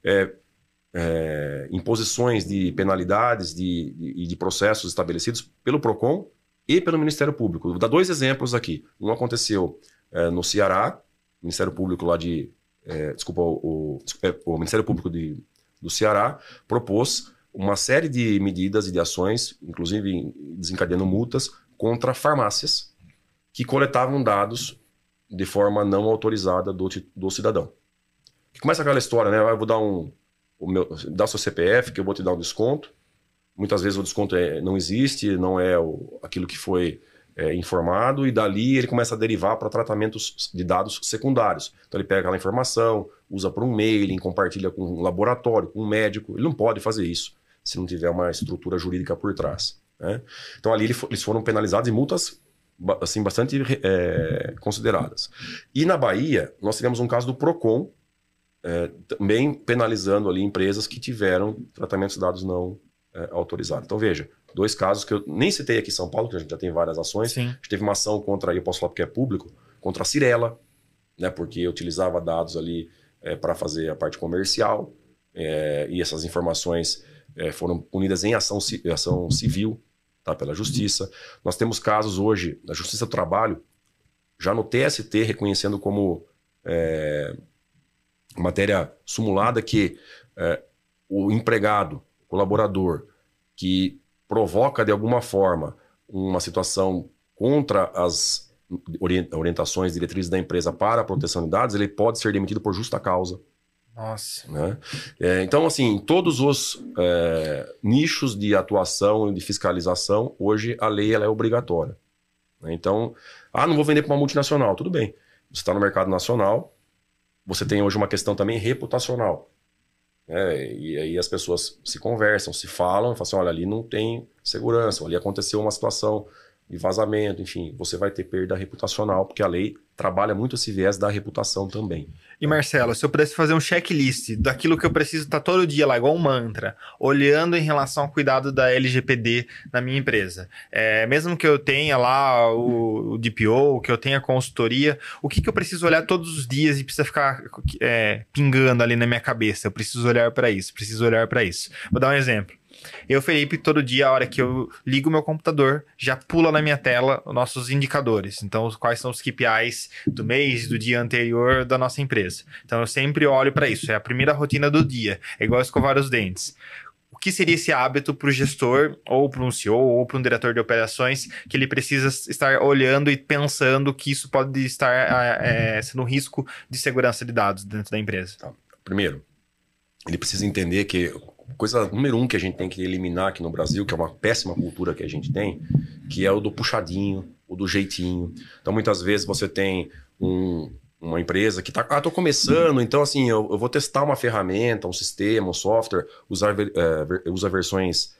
imposições de penalidades e de processos estabelecidos pelo PROCON e pelo Ministério Público. Vou dar 2 exemplos aqui. Um aconteceu no Ceará, Ministério Público lá de... o Ministério Público do Ceará propôs uma série de medidas e de ações, inclusive desencadeando multas, contra farmácias que coletavam dados de forma não autorizada do cidadão. Começa aquela história, né? Eu vou dar dá seu CPF, que eu vou te dar um desconto. Muitas vezes o desconto não existe, não é aquilo que foi informado, e dali ele começa a derivar para tratamentos de dados secundários. Então ele pega aquela informação, usa para um mailing, compartilha com um laboratório, com um médico. Ele não pode fazer isso se não tiver uma estrutura jurídica por trás, né? Então ali eles foram penalizados em multas assim, bastante consideradas. E na Bahia, nós tivemos um caso do PROCON, também penalizando ali empresas que tiveram tratamentos de dados não autorizados. Então veja, 2 casos que eu nem citei aqui em São Paulo, que a gente já tem várias ações. Sim. A gente teve uma ação contra, eu posso falar porque é público, contra a Cyrela, né, porque utilizava dados ali para fazer a parte comercial, e essas informações foram punidas em ação civil, tá, pela Justiça. Nós temos casos hoje da Justiça do Trabalho, já no TST, reconhecendo como matéria sumulada que o empregado, colaborador, que provoca de alguma forma uma situação contra as orientações, diretrizes da empresa para a proteção de dados, ele pode ser demitido por justa causa. Nossa. Né? Então, assim, em todos os nichos de atuação e de fiscalização, hoje a lei ela é obrigatória. Então, não vou vender para uma multinacional, tudo bem. Você está no mercado nacional, você tem hoje uma questão também reputacional. E aí as pessoas se conversam, se falam, e falam assim, olha, ali não tem segurança, ali aconteceu uma situação de vazamento, enfim, você vai ter perda reputacional, porque a lei trabalha muito esse viés da reputação também. E Marcelo, se eu pudesse fazer um checklist daquilo que eu preciso estar todo dia lá, igual um mantra, olhando em relação ao cuidado da LGPD na minha empresa, mesmo que eu tenha lá o DPO, que eu tenha consultoria, o que eu preciso olhar todos os dias e precisa ficar pingando ali na minha cabeça? Eu preciso olhar para isso, preciso olhar para isso. Vou dar um exemplo. Eu, Felipe, todo dia, a hora que eu ligo o meu computador, já pula na minha tela os nossos indicadores. Então, quais são os KPIs do mês, do dia anterior da nossa empresa. Então, eu sempre olho para isso. É a primeira rotina do dia. É igual escovar os dentes. O que seria esse hábito para o gestor, ou para um CEO, ou para um diretor de operações, que ele precisa estar olhando e pensando que isso pode estar sendo um risco de segurança de dados dentro da empresa? Tá. Primeiro, ele precisa entender que coisa número 1 que a gente tem que eliminar aqui no Brasil, que é uma péssima cultura que a gente tem, que é o do puxadinho, o do jeitinho. Então, muitas vezes você tem uma empresa que está... tô começando, então assim, eu vou testar uma ferramenta, um sistema, um software, usa versões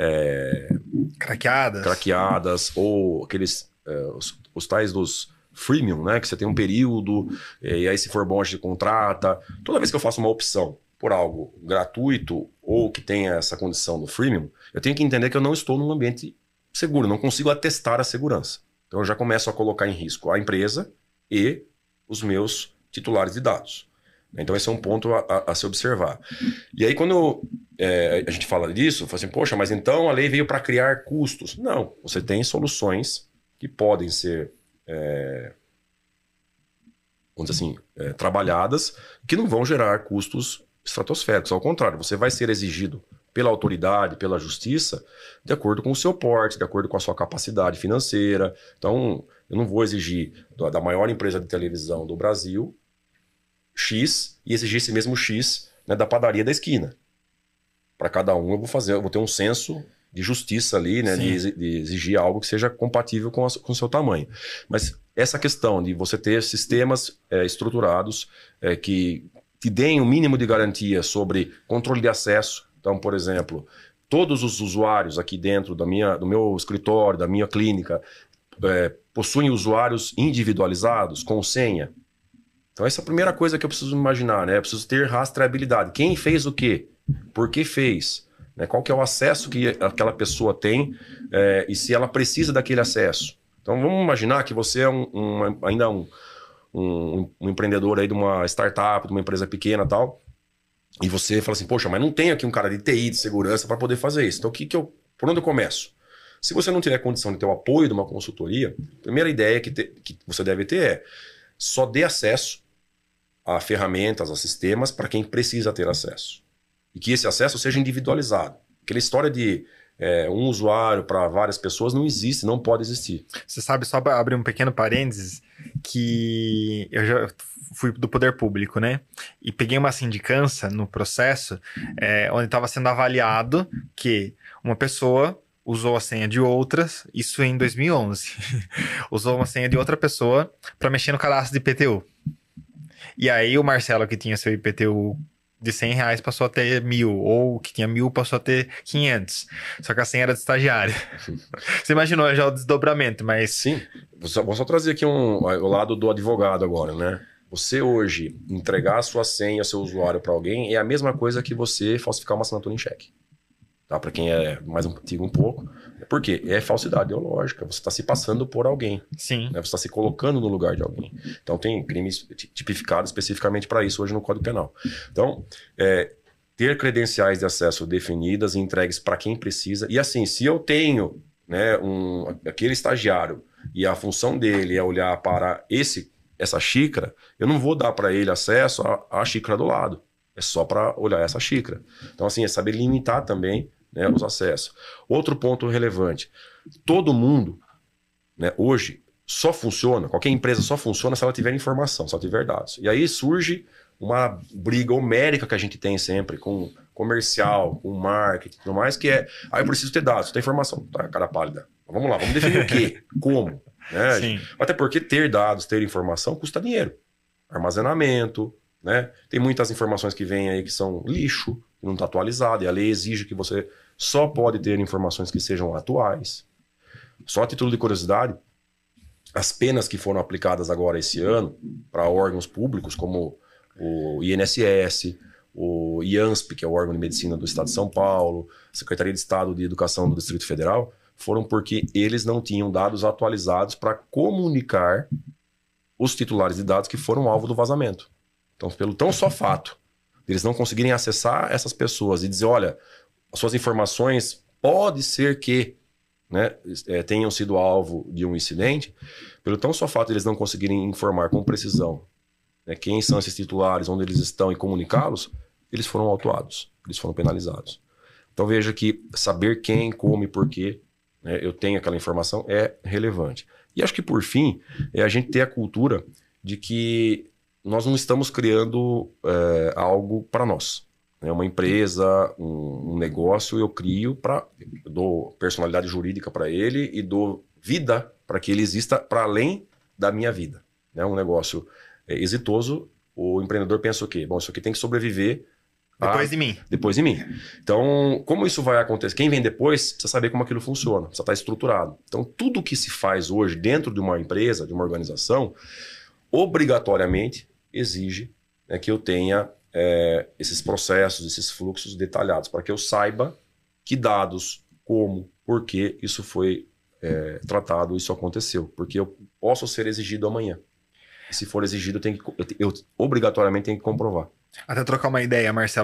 craqueadas ou aqueles os tais dos freemium, né? Que você tem um período, e aí se for bom a gente contrata. Toda vez que eu faço uma opção por algo gratuito ou que tenha essa condição do freemium, eu tenho que entender que eu não estou num ambiente seguro, não consigo atestar a segurança. Então eu já começo a colocar em risco a empresa e os meus titulares de dados. Então esse é um ponto a se observar. E aí quando a gente fala disso, fala assim, poxa, mas então a lei veio para criar custos. Não, você tem soluções que podem ser vamos dizer assim, trabalhadas, que não vão gerar custos estratosféricos. Ao contrário, você vai ser exigido pela autoridade, pela justiça, de acordo com o seu porte, de acordo com a sua capacidade financeira. Então, eu não vou exigir da maior empresa de televisão do Brasil X e exigir esse mesmo X, né, da padaria da esquina. Para cada um eu vou ter um senso de justiça ali, né, de exigir algo que seja compatível com o seu tamanho. Mas essa questão de você ter sistemas estruturados que te deem o mínimo de garantia sobre controle de acesso. Então, por exemplo, todos os usuários aqui dentro do meu escritório, da minha clínica, possuem usuários individualizados com senha. Então essa é a primeira coisa que eu preciso imaginar, né? Eu preciso ter rastreabilidade. Quem fez o quê? Por que fez? Né? Qual que é o acesso que aquela pessoa tem e se ela precisa daquele acesso. Então vamos imaginar que você é ainda um empreendedor aí de uma startup, de uma empresa pequena e tal, e você fala assim, poxa, mas não tem aqui um cara de TI, de segurança para poder fazer isso. Então por onde eu começo? Se você não tiver condição de ter o apoio de uma consultoria, a primeira ideia que você deve ter é só dê acesso a ferramentas, a sistemas para quem precisa ter acesso. E que esse acesso seja individualizado. Aquela história de um usuário para várias pessoas não existe, não pode existir. Você sabe, só para abrir um pequeno parênteses, que eu já fui do poder público, né? E peguei uma sindicância no processo onde estava sendo avaliado que uma pessoa usou a senha de outras, isso em 2011, usou uma senha de outra pessoa para mexer no cadastro de IPTU. E aí o Marcelo, que tinha seu IPTU de R$100 passou a ter 1.000, ou que tinha 1.000 passou a ter 500. Só que a senha era de estagiário. Você imaginou já o desdobramento, mas... Sim, vou só trazer aqui o lado do advogado agora, né? Você hoje entregar a sua senha, seu usuário para alguém é a mesma coisa que você falsificar uma assinatura em cheque. Tá? Para quem é mais antigo um pouco. Por quê? É falsidade ideológica. Você está se passando por alguém. Sim. Né? Você está se colocando no lugar de alguém. Então tem crimes tipificados especificamente para isso hoje no Código Penal. Então, ter credenciais de acesso definidas e entregues para quem precisa. E assim, se eu tenho, né, aquele estagiário e a função dele é olhar para essa xícara, eu não vou dar para ele acesso à xícara do lado. É só para olhar essa xícara. Então, assim, é saber limitar também, né, os acessos. Outro ponto relevante. Todo mundo, né, hoje só funciona, qualquer empresa só funciona se ela tiver informação, se ela tiver dados. E aí surge uma briga homérica que a gente tem sempre com comercial, com marketing e tudo mais, que eu preciso ter dados, ter informação. Tá, cara pálida. Vamos lá, vamos definir o quê? Como? Né? Sim. Até porque ter dados, ter informação custa dinheiro. Armazenamento, né? Tem muitas informações que vêm aí que são lixo, que não está atualizado, e a lei exige que você só pode ter informações que sejam atuais. Só a título de curiosidade, as penas que foram aplicadas agora esse ano para órgãos públicos, como o INSS, o IANSP, que é o órgão de medicina do Estado de São Paulo, a Secretaria de Estado de Educação do Distrito Federal, foram porque eles não tinham dados atualizados para comunicar os titulares de dados que foram alvo do vazamento. Então, pelo tão só fato de eles não conseguirem acessar essas pessoas e dizer, olha, as suas informações pode ser que, né, tenham sido alvo de um incidente, pelo tão só fato de eles não conseguirem informar com precisão, né, quem são esses titulares, onde eles estão e comunicá-los, eles foram autuados, eles foram penalizados. Então veja que saber quem, como e por quê, né, eu tenho aquela informação é relevante. E acho que por fim, é a gente ter a cultura de que nós não estamos criando algo para nós. É uma empresa, um negócio, eu crio eu dou personalidade jurídica para ele e dou vida para que ele exista para além da minha vida. É um negócio exitoso, o empreendedor pensa o quê? Bom, isso aqui tem que sobreviver depois de mim. Depois de mim. Então, como isso vai acontecer? Quem vem depois precisa saber como aquilo funciona, precisa estar estruturado. Então, tudo que se faz hoje dentro de uma empresa, de uma organização, obrigatoriamente exige, né, que eu tenha esses processos, esses fluxos detalhados, para que eu saiba que dados, como, por que isso foi tratado, isso aconteceu. Porque eu posso ser exigido amanhã. E se for exigido, eu obrigatoriamente tenho que comprovar. Até trocar uma ideia, Marcelo,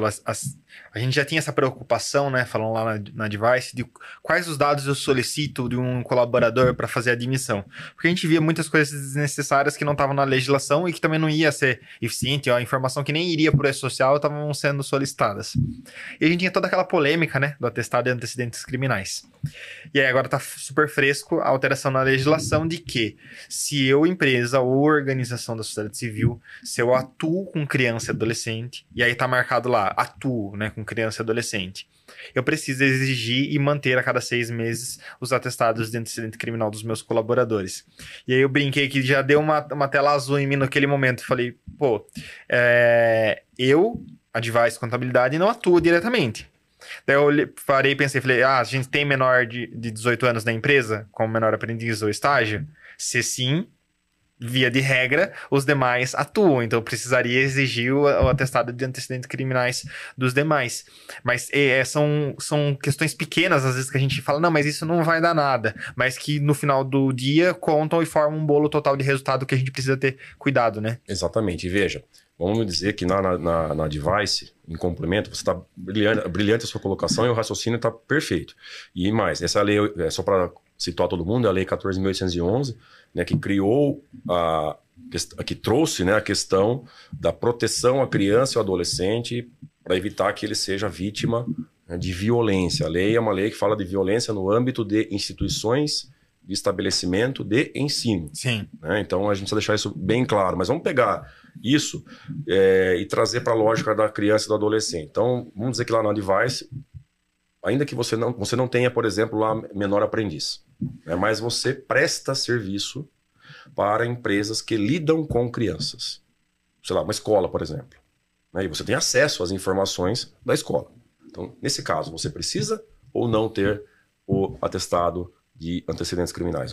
a gente já tinha essa preocupação, né, falando lá na Device, de quais os dados eu solicito de um colaborador para fazer a admissão. Porque a gente via muitas coisas desnecessárias que não estavam na legislação e que também não ia ser eficiente, a informação que nem iria para o social estavam sendo solicitadas. E a gente tinha toda aquela polêmica, né, do atestado de antecedentes criminais. E aí agora tá super fresco a alteração na legislação de que se eu, empresa ou organização da sociedade civil, se eu atuo com criança e adolescente, e aí tá marcado lá, atuo, né, com criança e adolescente, eu preciso exigir e manter a cada 6 meses os atestados de antecedente criminal dos meus colaboradores. E aí eu brinquei que já deu uma tela azul em mim naquele momento. Falei, pô, eu, a Device Contabilidade, não atuo diretamente. Daí eu parei e pensei, falei, a gente tem menor de 18 anos na empresa, como menor aprendiz ou estágio? Se sim, via de regra, os demais atuam, então precisaria exigir o atestado de antecedentes criminais dos demais. Mas são questões pequenas, às vezes, que a gente fala, não, mas isso não vai dar nada, mas que no final do dia contam e formam um bolo total de resultado que a gente precisa ter cuidado, né? Exatamente. E veja, vamos dizer que na Advice, em complemento, você está brilhante a sua colocação e o raciocínio está perfeito. E mais, essa lei, só para situar todo mundo, é a Lei 14.811, né, que criou, que trouxe, né, a questão da proteção à criança e ao adolescente para evitar que ele seja vítima, né, de violência. A lei é uma lei que fala de violência no âmbito de instituições de estabelecimento de ensino. Sim. Né? Então a gente precisa deixar isso bem claro. Mas vamos pegar isso e trazer para a lógica da criança e do adolescente. Então vamos dizer que lá no Advice, ainda que você não tenha, por exemplo, lá menor aprendiz, né? Mas você presta serviço para empresas que lidam com crianças. Sei lá, uma escola, por exemplo. Né? E você tem acesso às informações da escola. Então, nesse caso, você precisa ou não ter o atestado de antecedentes criminais.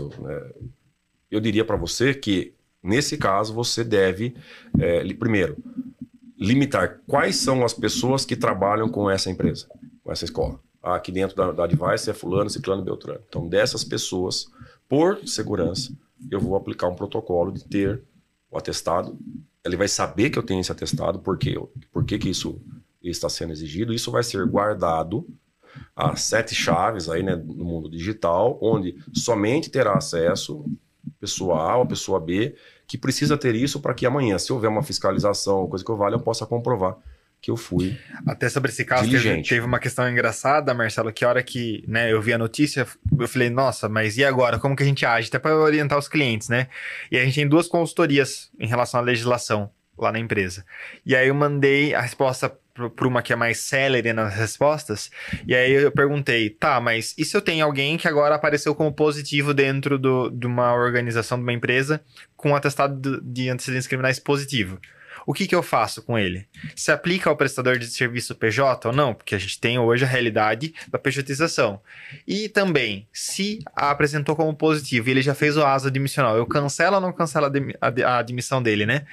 Eu diria para você que, nesse caso, você deve, primeiro, limitar quais são as pessoas que trabalham com essa empresa, com essa escola. Aqui dentro da Advice é fulano, ciclano e beltrano. Então, dessas pessoas, por segurança, eu vou aplicar um protocolo de ter o atestado. Ele vai saber que eu tenho esse atestado, por que isso está sendo exigido. Isso vai ser guardado a 7 chaves aí, né, no mundo digital, onde somente terá acesso pessoa A ou pessoa B, que precisa ter isso para que amanhã, se houver uma fiscalização, coisa que eu valha, eu possa comprovar que eu fui até sobre esse caso teve uma questão engraçada, Marcelo, que a hora que, né, eu vi a notícia, eu falei, nossa, mas e agora? Como que a gente age? Até para orientar os clientes, né? E a gente tem 2 consultorias em relação à legislação lá na empresa. E aí eu mandei a resposta para uma que é mais célere nas respostas, e aí eu perguntei, tá, mas e se eu tenho alguém que agora apareceu como positivo dentro de uma organização, de uma empresa, com um atestado de antecedentes criminais positivo? O que eu faço com ele? Se aplica ao prestador de serviço PJ ou não? Porque a gente tem hoje a realidade da pejotização. E também, se apresentou como positivo e ele já fez o aso admissional, eu cancelo ou não cancelo a admissão dele, né?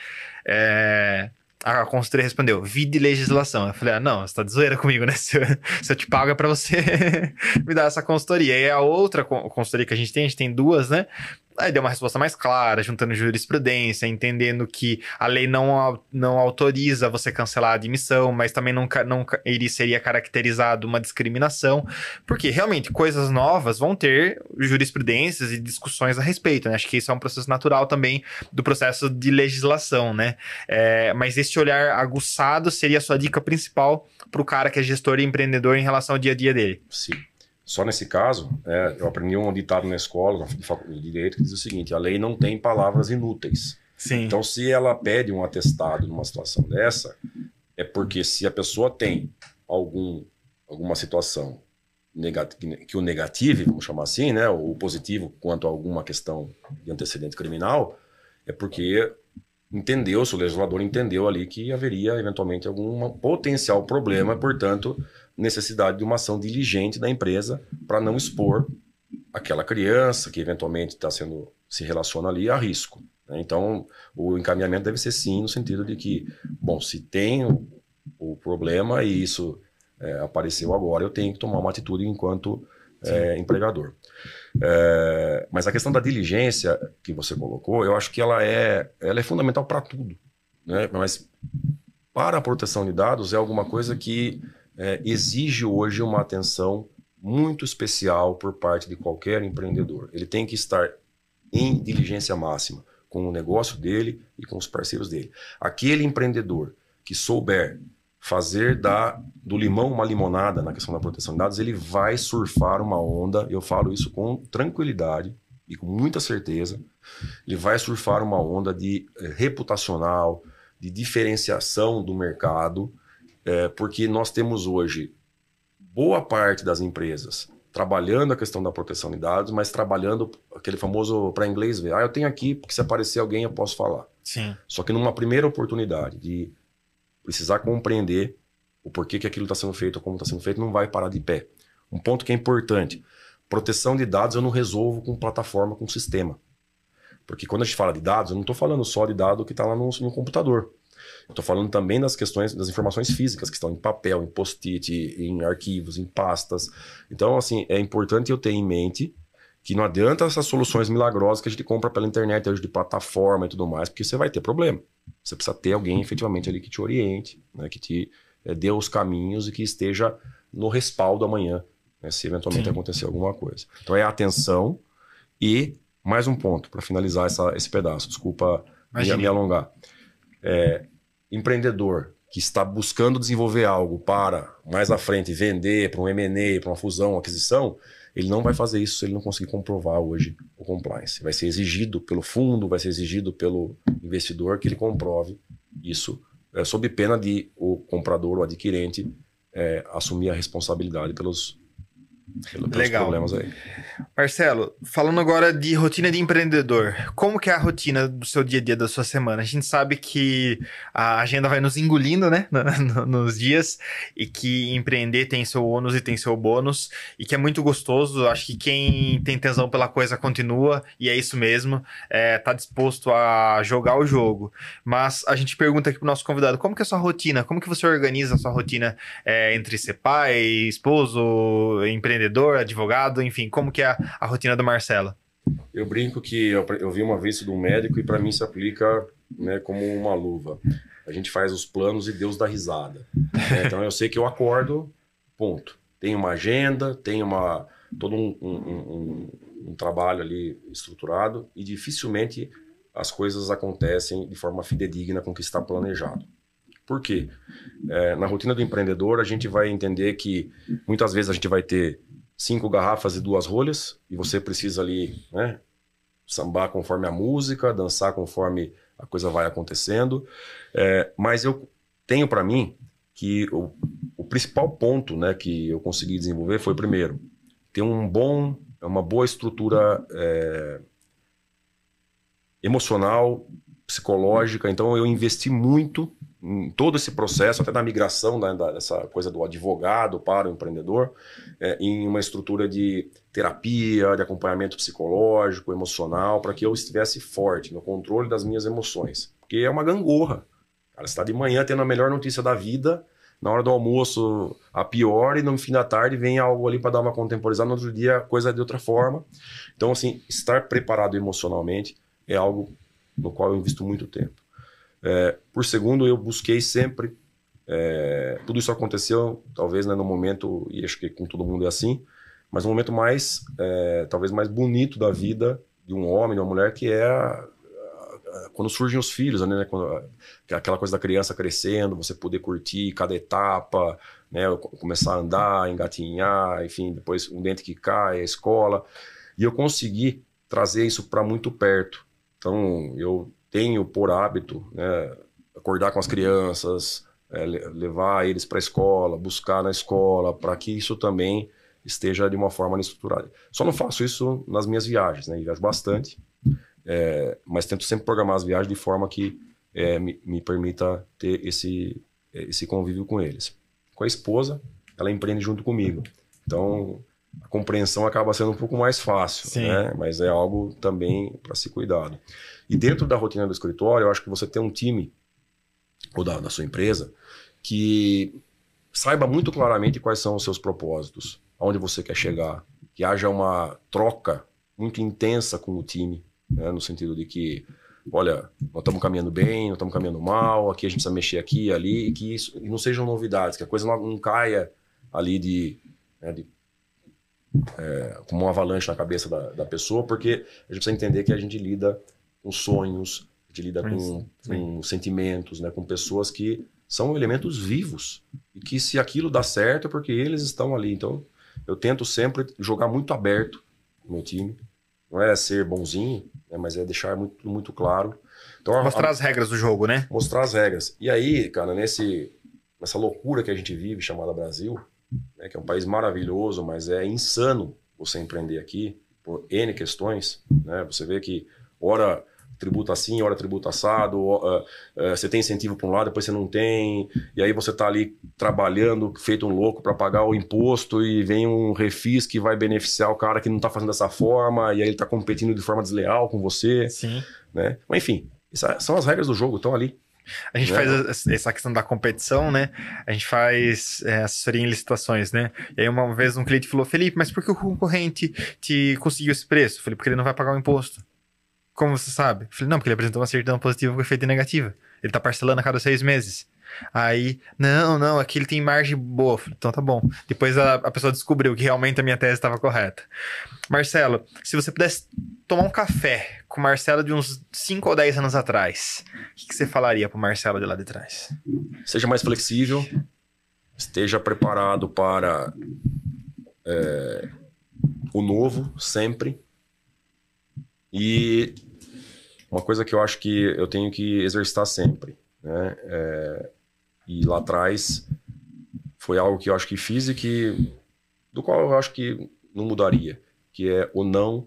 A consultoria respondeu, vide legislação. Eu falei, não, você tá de zoeira comigo, né? Se eu te pago é pra você me dar essa consultoria. E a outra consultoria que a gente tem 2, né? Aí deu uma resposta mais clara, juntando jurisprudência, entendendo que a lei não autoriza você cancelar a admissão, mas também não seria caracterizado uma discriminação, porque realmente coisas novas vão ter jurisprudências e discussões a respeito, né? Acho que isso é um processo natural também do processo de legislação, né? Mas esse olhar aguçado seria a sua dica principal para o cara que é gestor e empreendedor em relação ao dia a dia dele. Sim. Só nesse caso, eu aprendi um ditado na escola, de faculdade de Direito, que diz o seguinte: a lei não tem palavras inúteis. Sim. Então, se ela pede um atestado numa situação dessa, é porque se a pessoa tem alguma situação que o negative, vamos chamar assim, né, ou positivo quanto a alguma questão de antecedente criminal, é porque o legislador entendeu ali que haveria eventualmente algum potencial problema, portanto, necessidade de uma ação diligente da empresa para não expor aquela criança que eventualmente se relaciona ali a risco. Né? Então, o encaminhamento deve ser sim no sentido de que, bom, se tem o problema e isso apareceu agora, eu tenho que tomar uma atitude enquanto empregador. Mas a questão da diligência que você colocou, eu acho que ela é fundamental para tudo, né? Mas para a proteção de dados é alguma coisa que exige hoje uma atenção muito especial por parte de qualquer empreendedor. Ele tem que estar em diligência máxima com o negócio dele e com os parceiros dele. Aquele empreendedor que souber fazer do limão uma limonada na questão da proteção de dados, ele vai surfar uma onda, eu falo isso com tranquilidade e com muita certeza, ele vai surfar uma onda de reputacional, de diferenciação do mercado, porque nós temos hoje boa parte das empresas trabalhando a questão da proteção de dados, mas trabalhando aquele famoso para inglês ver. Eu tenho aqui, porque se aparecer alguém eu posso falar. Sim. Só que numa primeira oportunidade de precisar compreender o porquê que aquilo está sendo feito ou como está sendo feito, não vai parar de pé. Um ponto que é importante, proteção de dados eu não resolvo com plataforma, com sistema. Porque quando a gente fala de dados, eu não estou falando só de dado que está lá no computador. Eu estou falando também das questões, das informações físicas que estão em papel, em post-it, em arquivos, em pastas. Então, assim, é importante eu ter em mente que não adianta essas soluções milagrosas que a gente compra pela internet, hoje de plataforma e tudo mais, porque você vai ter problema. Você precisa ter alguém efetivamente ali que te oriente, né, que te dê os caminhos e que esteja no respaldo amanhã, né, se eventualmente acontecer alguma coisa. Então é atenção e mais um ponto para finalizar esse pedaço. Desculpa me alongar. Empreendedor que está buscando desenvolver algo para mais à frente vender para um M&A, para uma fusão, uma aquisição, ele não vai fazer isso se ele não conseguir comprovar hoje o compliance. Vai ser exigido pelo fundo, vai ser exigido pelo investidor que ele comprove isso, sob pena de o comprador ou adquirente assumir a responsabilidade pelos problemas aí. Marcelo, falando agora de rotina de empreendedor, como que é a rotina do seu dia a dia, da sua semana? A gente sabe que a agenda vai nos engolindo, né, nos dias, e que empreender tem seu ônus e tem seu bônus, e que é muito gostoso. Acho que quem tem tesão pela coisa continua, e é isso mesmo, tá disposto a jogar o jogo. Mas a gente pergunta aqui pro nosso convidado, como que é a sua rotina? Como que você organiza a sua rotina entre ser pai, esposo, empreendedor, advogado, enfim, como que é a rotina do Marcelo? Eu brinco que eu vi uma vez de um médico e para mim se aplica, né, como uma luva. A gente faz os planos e Deus dá risada. Né? Então eu sei que eu acordo, ponto. Tem uma agenda, tem todo um trabalho ali estruturado e dificilmente as coisas acontecem de forma fidedigna com o que está planejado. Por quê? Na rotina do empreendedor, a gente vai entender que muitas vezes a gente vai ter 5 garrafas e 2 rolhas, e você precisa ali, né, sambar conforme a música, dançar conforme a coisa vai acontecendo. Mas eu tenho para mim que o principal ponto, né, que eu consegui desenvolver foi, primeiro, ter uma boa estrutura emocional, psicológica. Então eu investi muito em todo esse processo, até da migração dessa coisa do advogado para o empreendedor, em uma estrutura de terapia, de acompanhamento psicológico, emocional, para que eu estivesse forte no controle das minhas emoções. Porque é uma gangorra. Cara, você está de manhã tendo a melhor notícia da vida, na hora do almoço a pior, e no fim da tarde vem algo ali para dar uma contemporizada, no outro dia a coisa é de outra forma. Então, assim, estar preparado emocionalmente é algo no qual eu invisto muito tempo. Por segundo, eu busquei sempre, tudo isso aconteceu talvez, né, no momento, e acho que com todo mundo é assim, mas no momento mais, talvez mais bonito da vida de um homem, de uma mulher, que é quando surgem os filhos, né, aquela coisa da criança crescendo, você poder curtir cada etapa, né, começar a andar, engatinhar, enfim, depois um dente que cai, a escola, e eu consegui trazer isso para muito perto. Então, eu tenho por hábito, né, acordar com as crianças, levar eles para a escola, buscar na escola, para que isso também esteja de uma forma estruturada. Só não faço isso nas minhas viagens, né? Eu viajo bastante, mas tento sempre programar as viagens de forma que me permita ter esse convívio com eles. Com a esposa, ela empreende junto comigo. Então, a compreensão acaba sendo um pouco mais fácil, né? Mas é algo também para se cuidado. E dentro da rotina do escritório, eu acho que você tem um time, ou da sua empresa, que saiba muito claramente quais são os seus propósitos, aonde você quer chegar, que haja uma troca muito intensa com o time, né? No sentido de que, olha, nós estamos caminhando bem, nós estamos caminhando mal, aqui a gente precisa mexer aqui e ali, e que isso não sejam novidades, que a coisa não caia ali como uma avalanche na cabeça da pessoa, porque a gente precisa entender que a gente lida com sonhos, a gente lida com sentimentos, né, com pessoas que são elementos vivos, e que se aquilo dá certo é porque eles estão ali. Então eu tento sempre jogar muito aberto no meu time, não é ser bonzinho, né, mas é deixar muito, muito claro. Então, mostrar as regras do jogo, né? Mostrar as regras. E aí, cara, nessa loucura que a gente vive, chamada Brasil, né, que é um país maravilhoso, mas é insano você empreender aqui por N questões, né? Você vê que ora tributa assim, hora tributa assado, você tem incentivo para um lado, depois você não tem, e aí você tá ali trabalhando, feito um louco para pagar o imposto e vem um refis que vai beneficiar o cara que não tá fazendo dessa forma, e aí ele tá competindo de forma desleal com você. Sim. Né? Mas enfim, essas são as regras do jogo, estão ali. A gente faz essa questão da competição, né? A gente faz assessoria em licitações, né? E aí uma vez um cliente falou, Felipe, mas por que o concorrente te conseguiu esse preço? Eu falei, porque ele não vai pagar o imposto. Como você sabe? Eu falei, não, porque ele apresentou uma certidão positiva com efeito negativo. Ele tá parcelando a cada 6 meses. Aí, não, aqui ele tem margem boa. Eu falei, então tá bom. Depois a pessoa descobriu que realmente a minha tese estava correta. Marcelo, se você pudesse tomar um café com o Marcelo de uns 5 ou 10 anos atrás, o que você falaria pro Marcelo de lá de trás? Seja mais flexível, esteja preparado para o novo, sempre. E uma coisa que eu acho que eu tenho que exercitar sempre, né? E lá atrás foi algo que eu acho que fiz e do qual eu acho que não mudaria, que é o não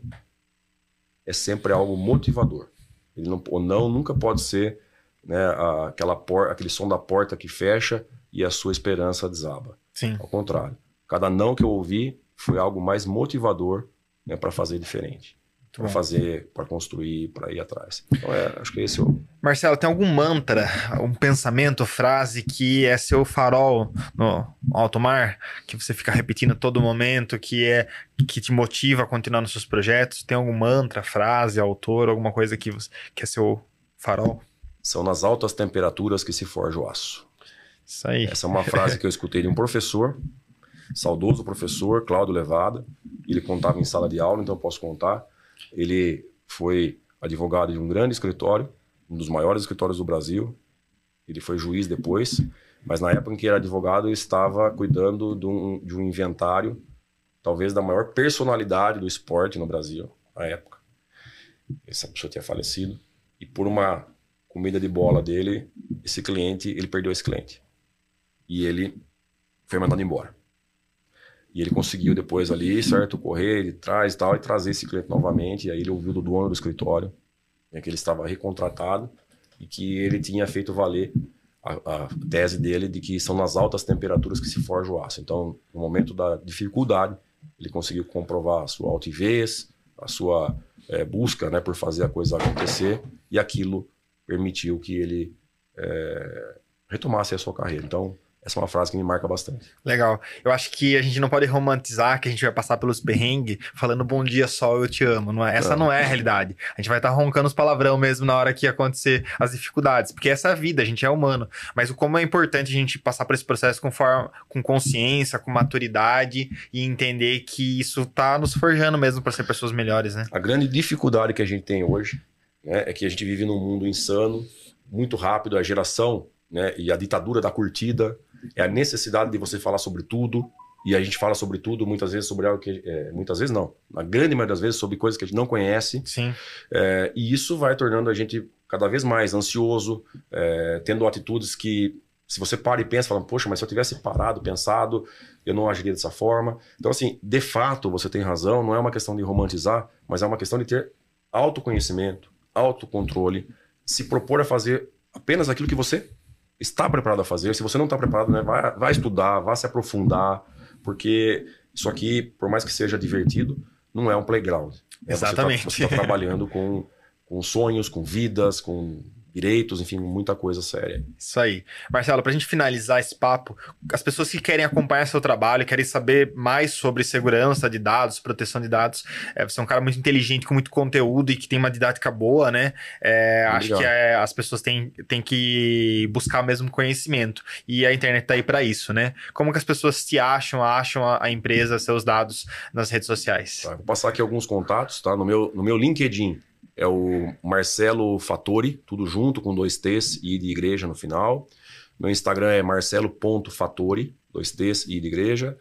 é sempre algo motivador. O não nunca pode ser, né, aquele som da porta que fecha e a sua esperança desaba. Sim. Ao contrário. Cada não que eu ouvi foi algo mais motivador, né, para fazer diferente. Para fazer, para construir, para ir atrás. Então, acho que esse é o... Marcelo, tem algum mantra, um pensamento, frase que é seu farol no alto mar, que você fica repetindo a todo momento, que te motiva a continuar nos seus projetos? Tem algum mantra, frase, autor, alguma coisa que é seu farol? São nas altas temperaturas que se forja o aço. Isso aí. Essa é uma frase que eu escutei de um professor, saudoso professor, Cláudio Levada. Ele contava em sala de aula, então eu posso contar. Ele foi advogado de um grande escritório, um dos maiores escritórios do Brasil. Ele foi juiz depois, mas na época em que era advogado, ele estava cuidando de um inventário, talvez da maior personalidade do esporte no Brasil, na época. Essa pessoa tinha falecido. E por uma comida de bola dele, ele perdeu esse cliente. E ele foi mandado embora. E ele conseguiu depois ali, certo, correr de trás e tal, e trazer esse cliente novamente. E aí ele ouviu do dono do escritório, né, que ele estava recontratado e que ele tinha feito valer a tese dele de que são nas altas temperaturas que se forja o aço. Então, no momento da dificuldade, ele conseguiu comprovar a sua altivez, a sua busca, né, por fazer a coisa acontecer, e aquilo permitiu que ele retomasse a sua carreira. Então, essa é uma frase que me marca bastante. Legal. Eu acho que a gente não pode romantizar que a gente vai passar pelos perrengues falando bom dia, sol, eu te amo. Não é? Essa não é a realidade. A gente vai estar roncando os palavrão mesmo na hora que acontecer as dificuldades. Porque essa é a vida, a gente é humano. Mas como é importante a gente passar por esse processo com consciência, com maturidade e entender que isso tá nos forjando mesmo para ser pessoas melhores, né? A grande dificuldade que a gente tem hoje, né, é que a gente vive num mundo insano, muito rápido, a geração, né, e a ditadura da curtida, é a necessidade de você falar sobre tudo, e a gente fala sobre tudo, muitas vezes sobre algo que... muitas vezes não, na grande maioria das vezes sobre coisas que a gente não conhece. Sim. E isso vai tornando a gente cada vez mais ansioso, tendo atitudes que, se você para e pensa, fala, poxa, mas se eu tivesse parado, pensado, eu não agiria dessa forma. Então, assim, de fato, você tem razão, não é uma questão de romantizar, mas é uma questão de ter autoconhecimento, autocontrole, se propor a fazer apenas aquilo que você está preparado a fazer. Se você não está preparado, né, vai estudar, vai se aprofundar, porque isso aqui, por mais que seja divertido, não é um playground. Exatamente. Você está trabalhando com sonhos, com vidas, com direitos, enfim, muita coisa séria. Isso aí. Marcelo, pra gente finalizar esse papo, as pessoas que querem acompanhar seu trabalho, querem saber mais sobre segurança de dados, proteção de dados, você é um cara muito inteligente, com muito conteúdo e que tem uma didática boa, né? Acho que as pessoas têm que buscar mesmo conhecimento. E a internet tá aí pra isso, né? Como que as pessoas te acham a empresa, seus dados nas redes sociais? Tá, vou passar aqui alguns contatos, tá? No meu LinkedIn, é o Marcelo Fattori, tudo junto, com 2 T's e de igreja no final. Meu Instagram é marcelo.fattori, 2 T's e de igreja.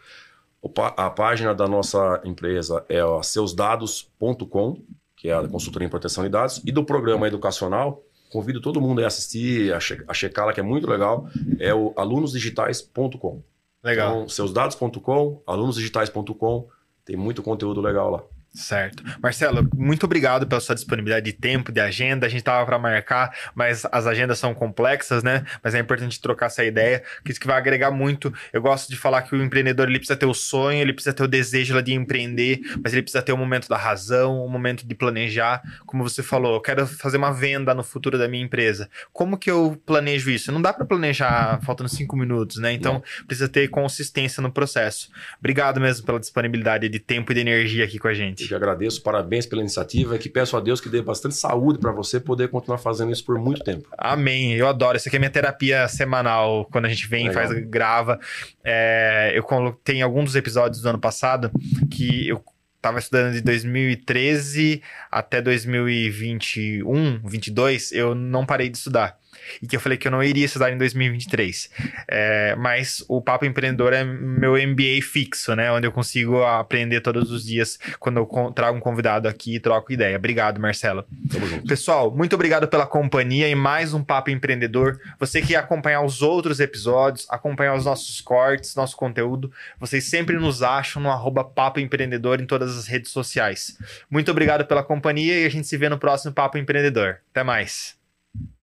A página da nossa empresa é seusdados.com, que é a consultoria em proteção de dados. E do programa educacional, convido todo mundo a assistir, a checar lá, que é muito legal, é o alunosdigitais.com. Legal. Então, seusdados.com, alunosdigitais.com, tem muito conteúdo legal lá. Certo. Marcelo, muito obrigado pela sua disponibilidade de tempo, de agenda. A gente tava para marcar, mas as agendas são complexas, né? Mas é importante trocar essa ideia, que isso que vai agregar muito. Eu gosto de falar que o empreendedor ele precisa ter o sonho, ele precisa ter o desejo lá de empreender, mas ele precisa ter o momento da razão, o momento de planejar. Como você falou, eu quero fazer uma venda no futuro da minha empresa. Como que eu planejo isso? Não dá para planejar faltando 5 minutos, né? Então, precisa ter consistência no processo. Obrigado mesmo pela disponibilidade de tempo e de energia aqui com a gente. Eu que agradeço, parabéns pela iniciativa e que peço a Deus que dê bastante saúde para você poder continuar fazendo isso por muito tempo. Amém, eu adoro. Isso aqui é minha terapia semanal, quando a gente vem, Legal. grava. Eu coloquei em alguns dos episódios do ano passado que eu estava estudando de 2013 até 2021, 22, eu não parei de estudar. E que eu falei que eu não iria estudar em 2023. Mas o Papo Empreendedor é meu MBA fixo, né? Onde eu consigo aprender todos os dias quando eu trago um convidado aqui e troco ideia. Obrigado, Marcelo. Tamo junto. Pessoal, muito obrigado pela companhia e mais um Papo Empreendedor. Você que quer acompanhar os outros episódios, acompanhar os nossos cortes, nosso conteúdo, vocês sempre nos acham no @Papo Empreendedor em todas as redes sociais. Muito obrigado pela companhia e a gente se vê no próximo Papo Empreendedor. Até mais.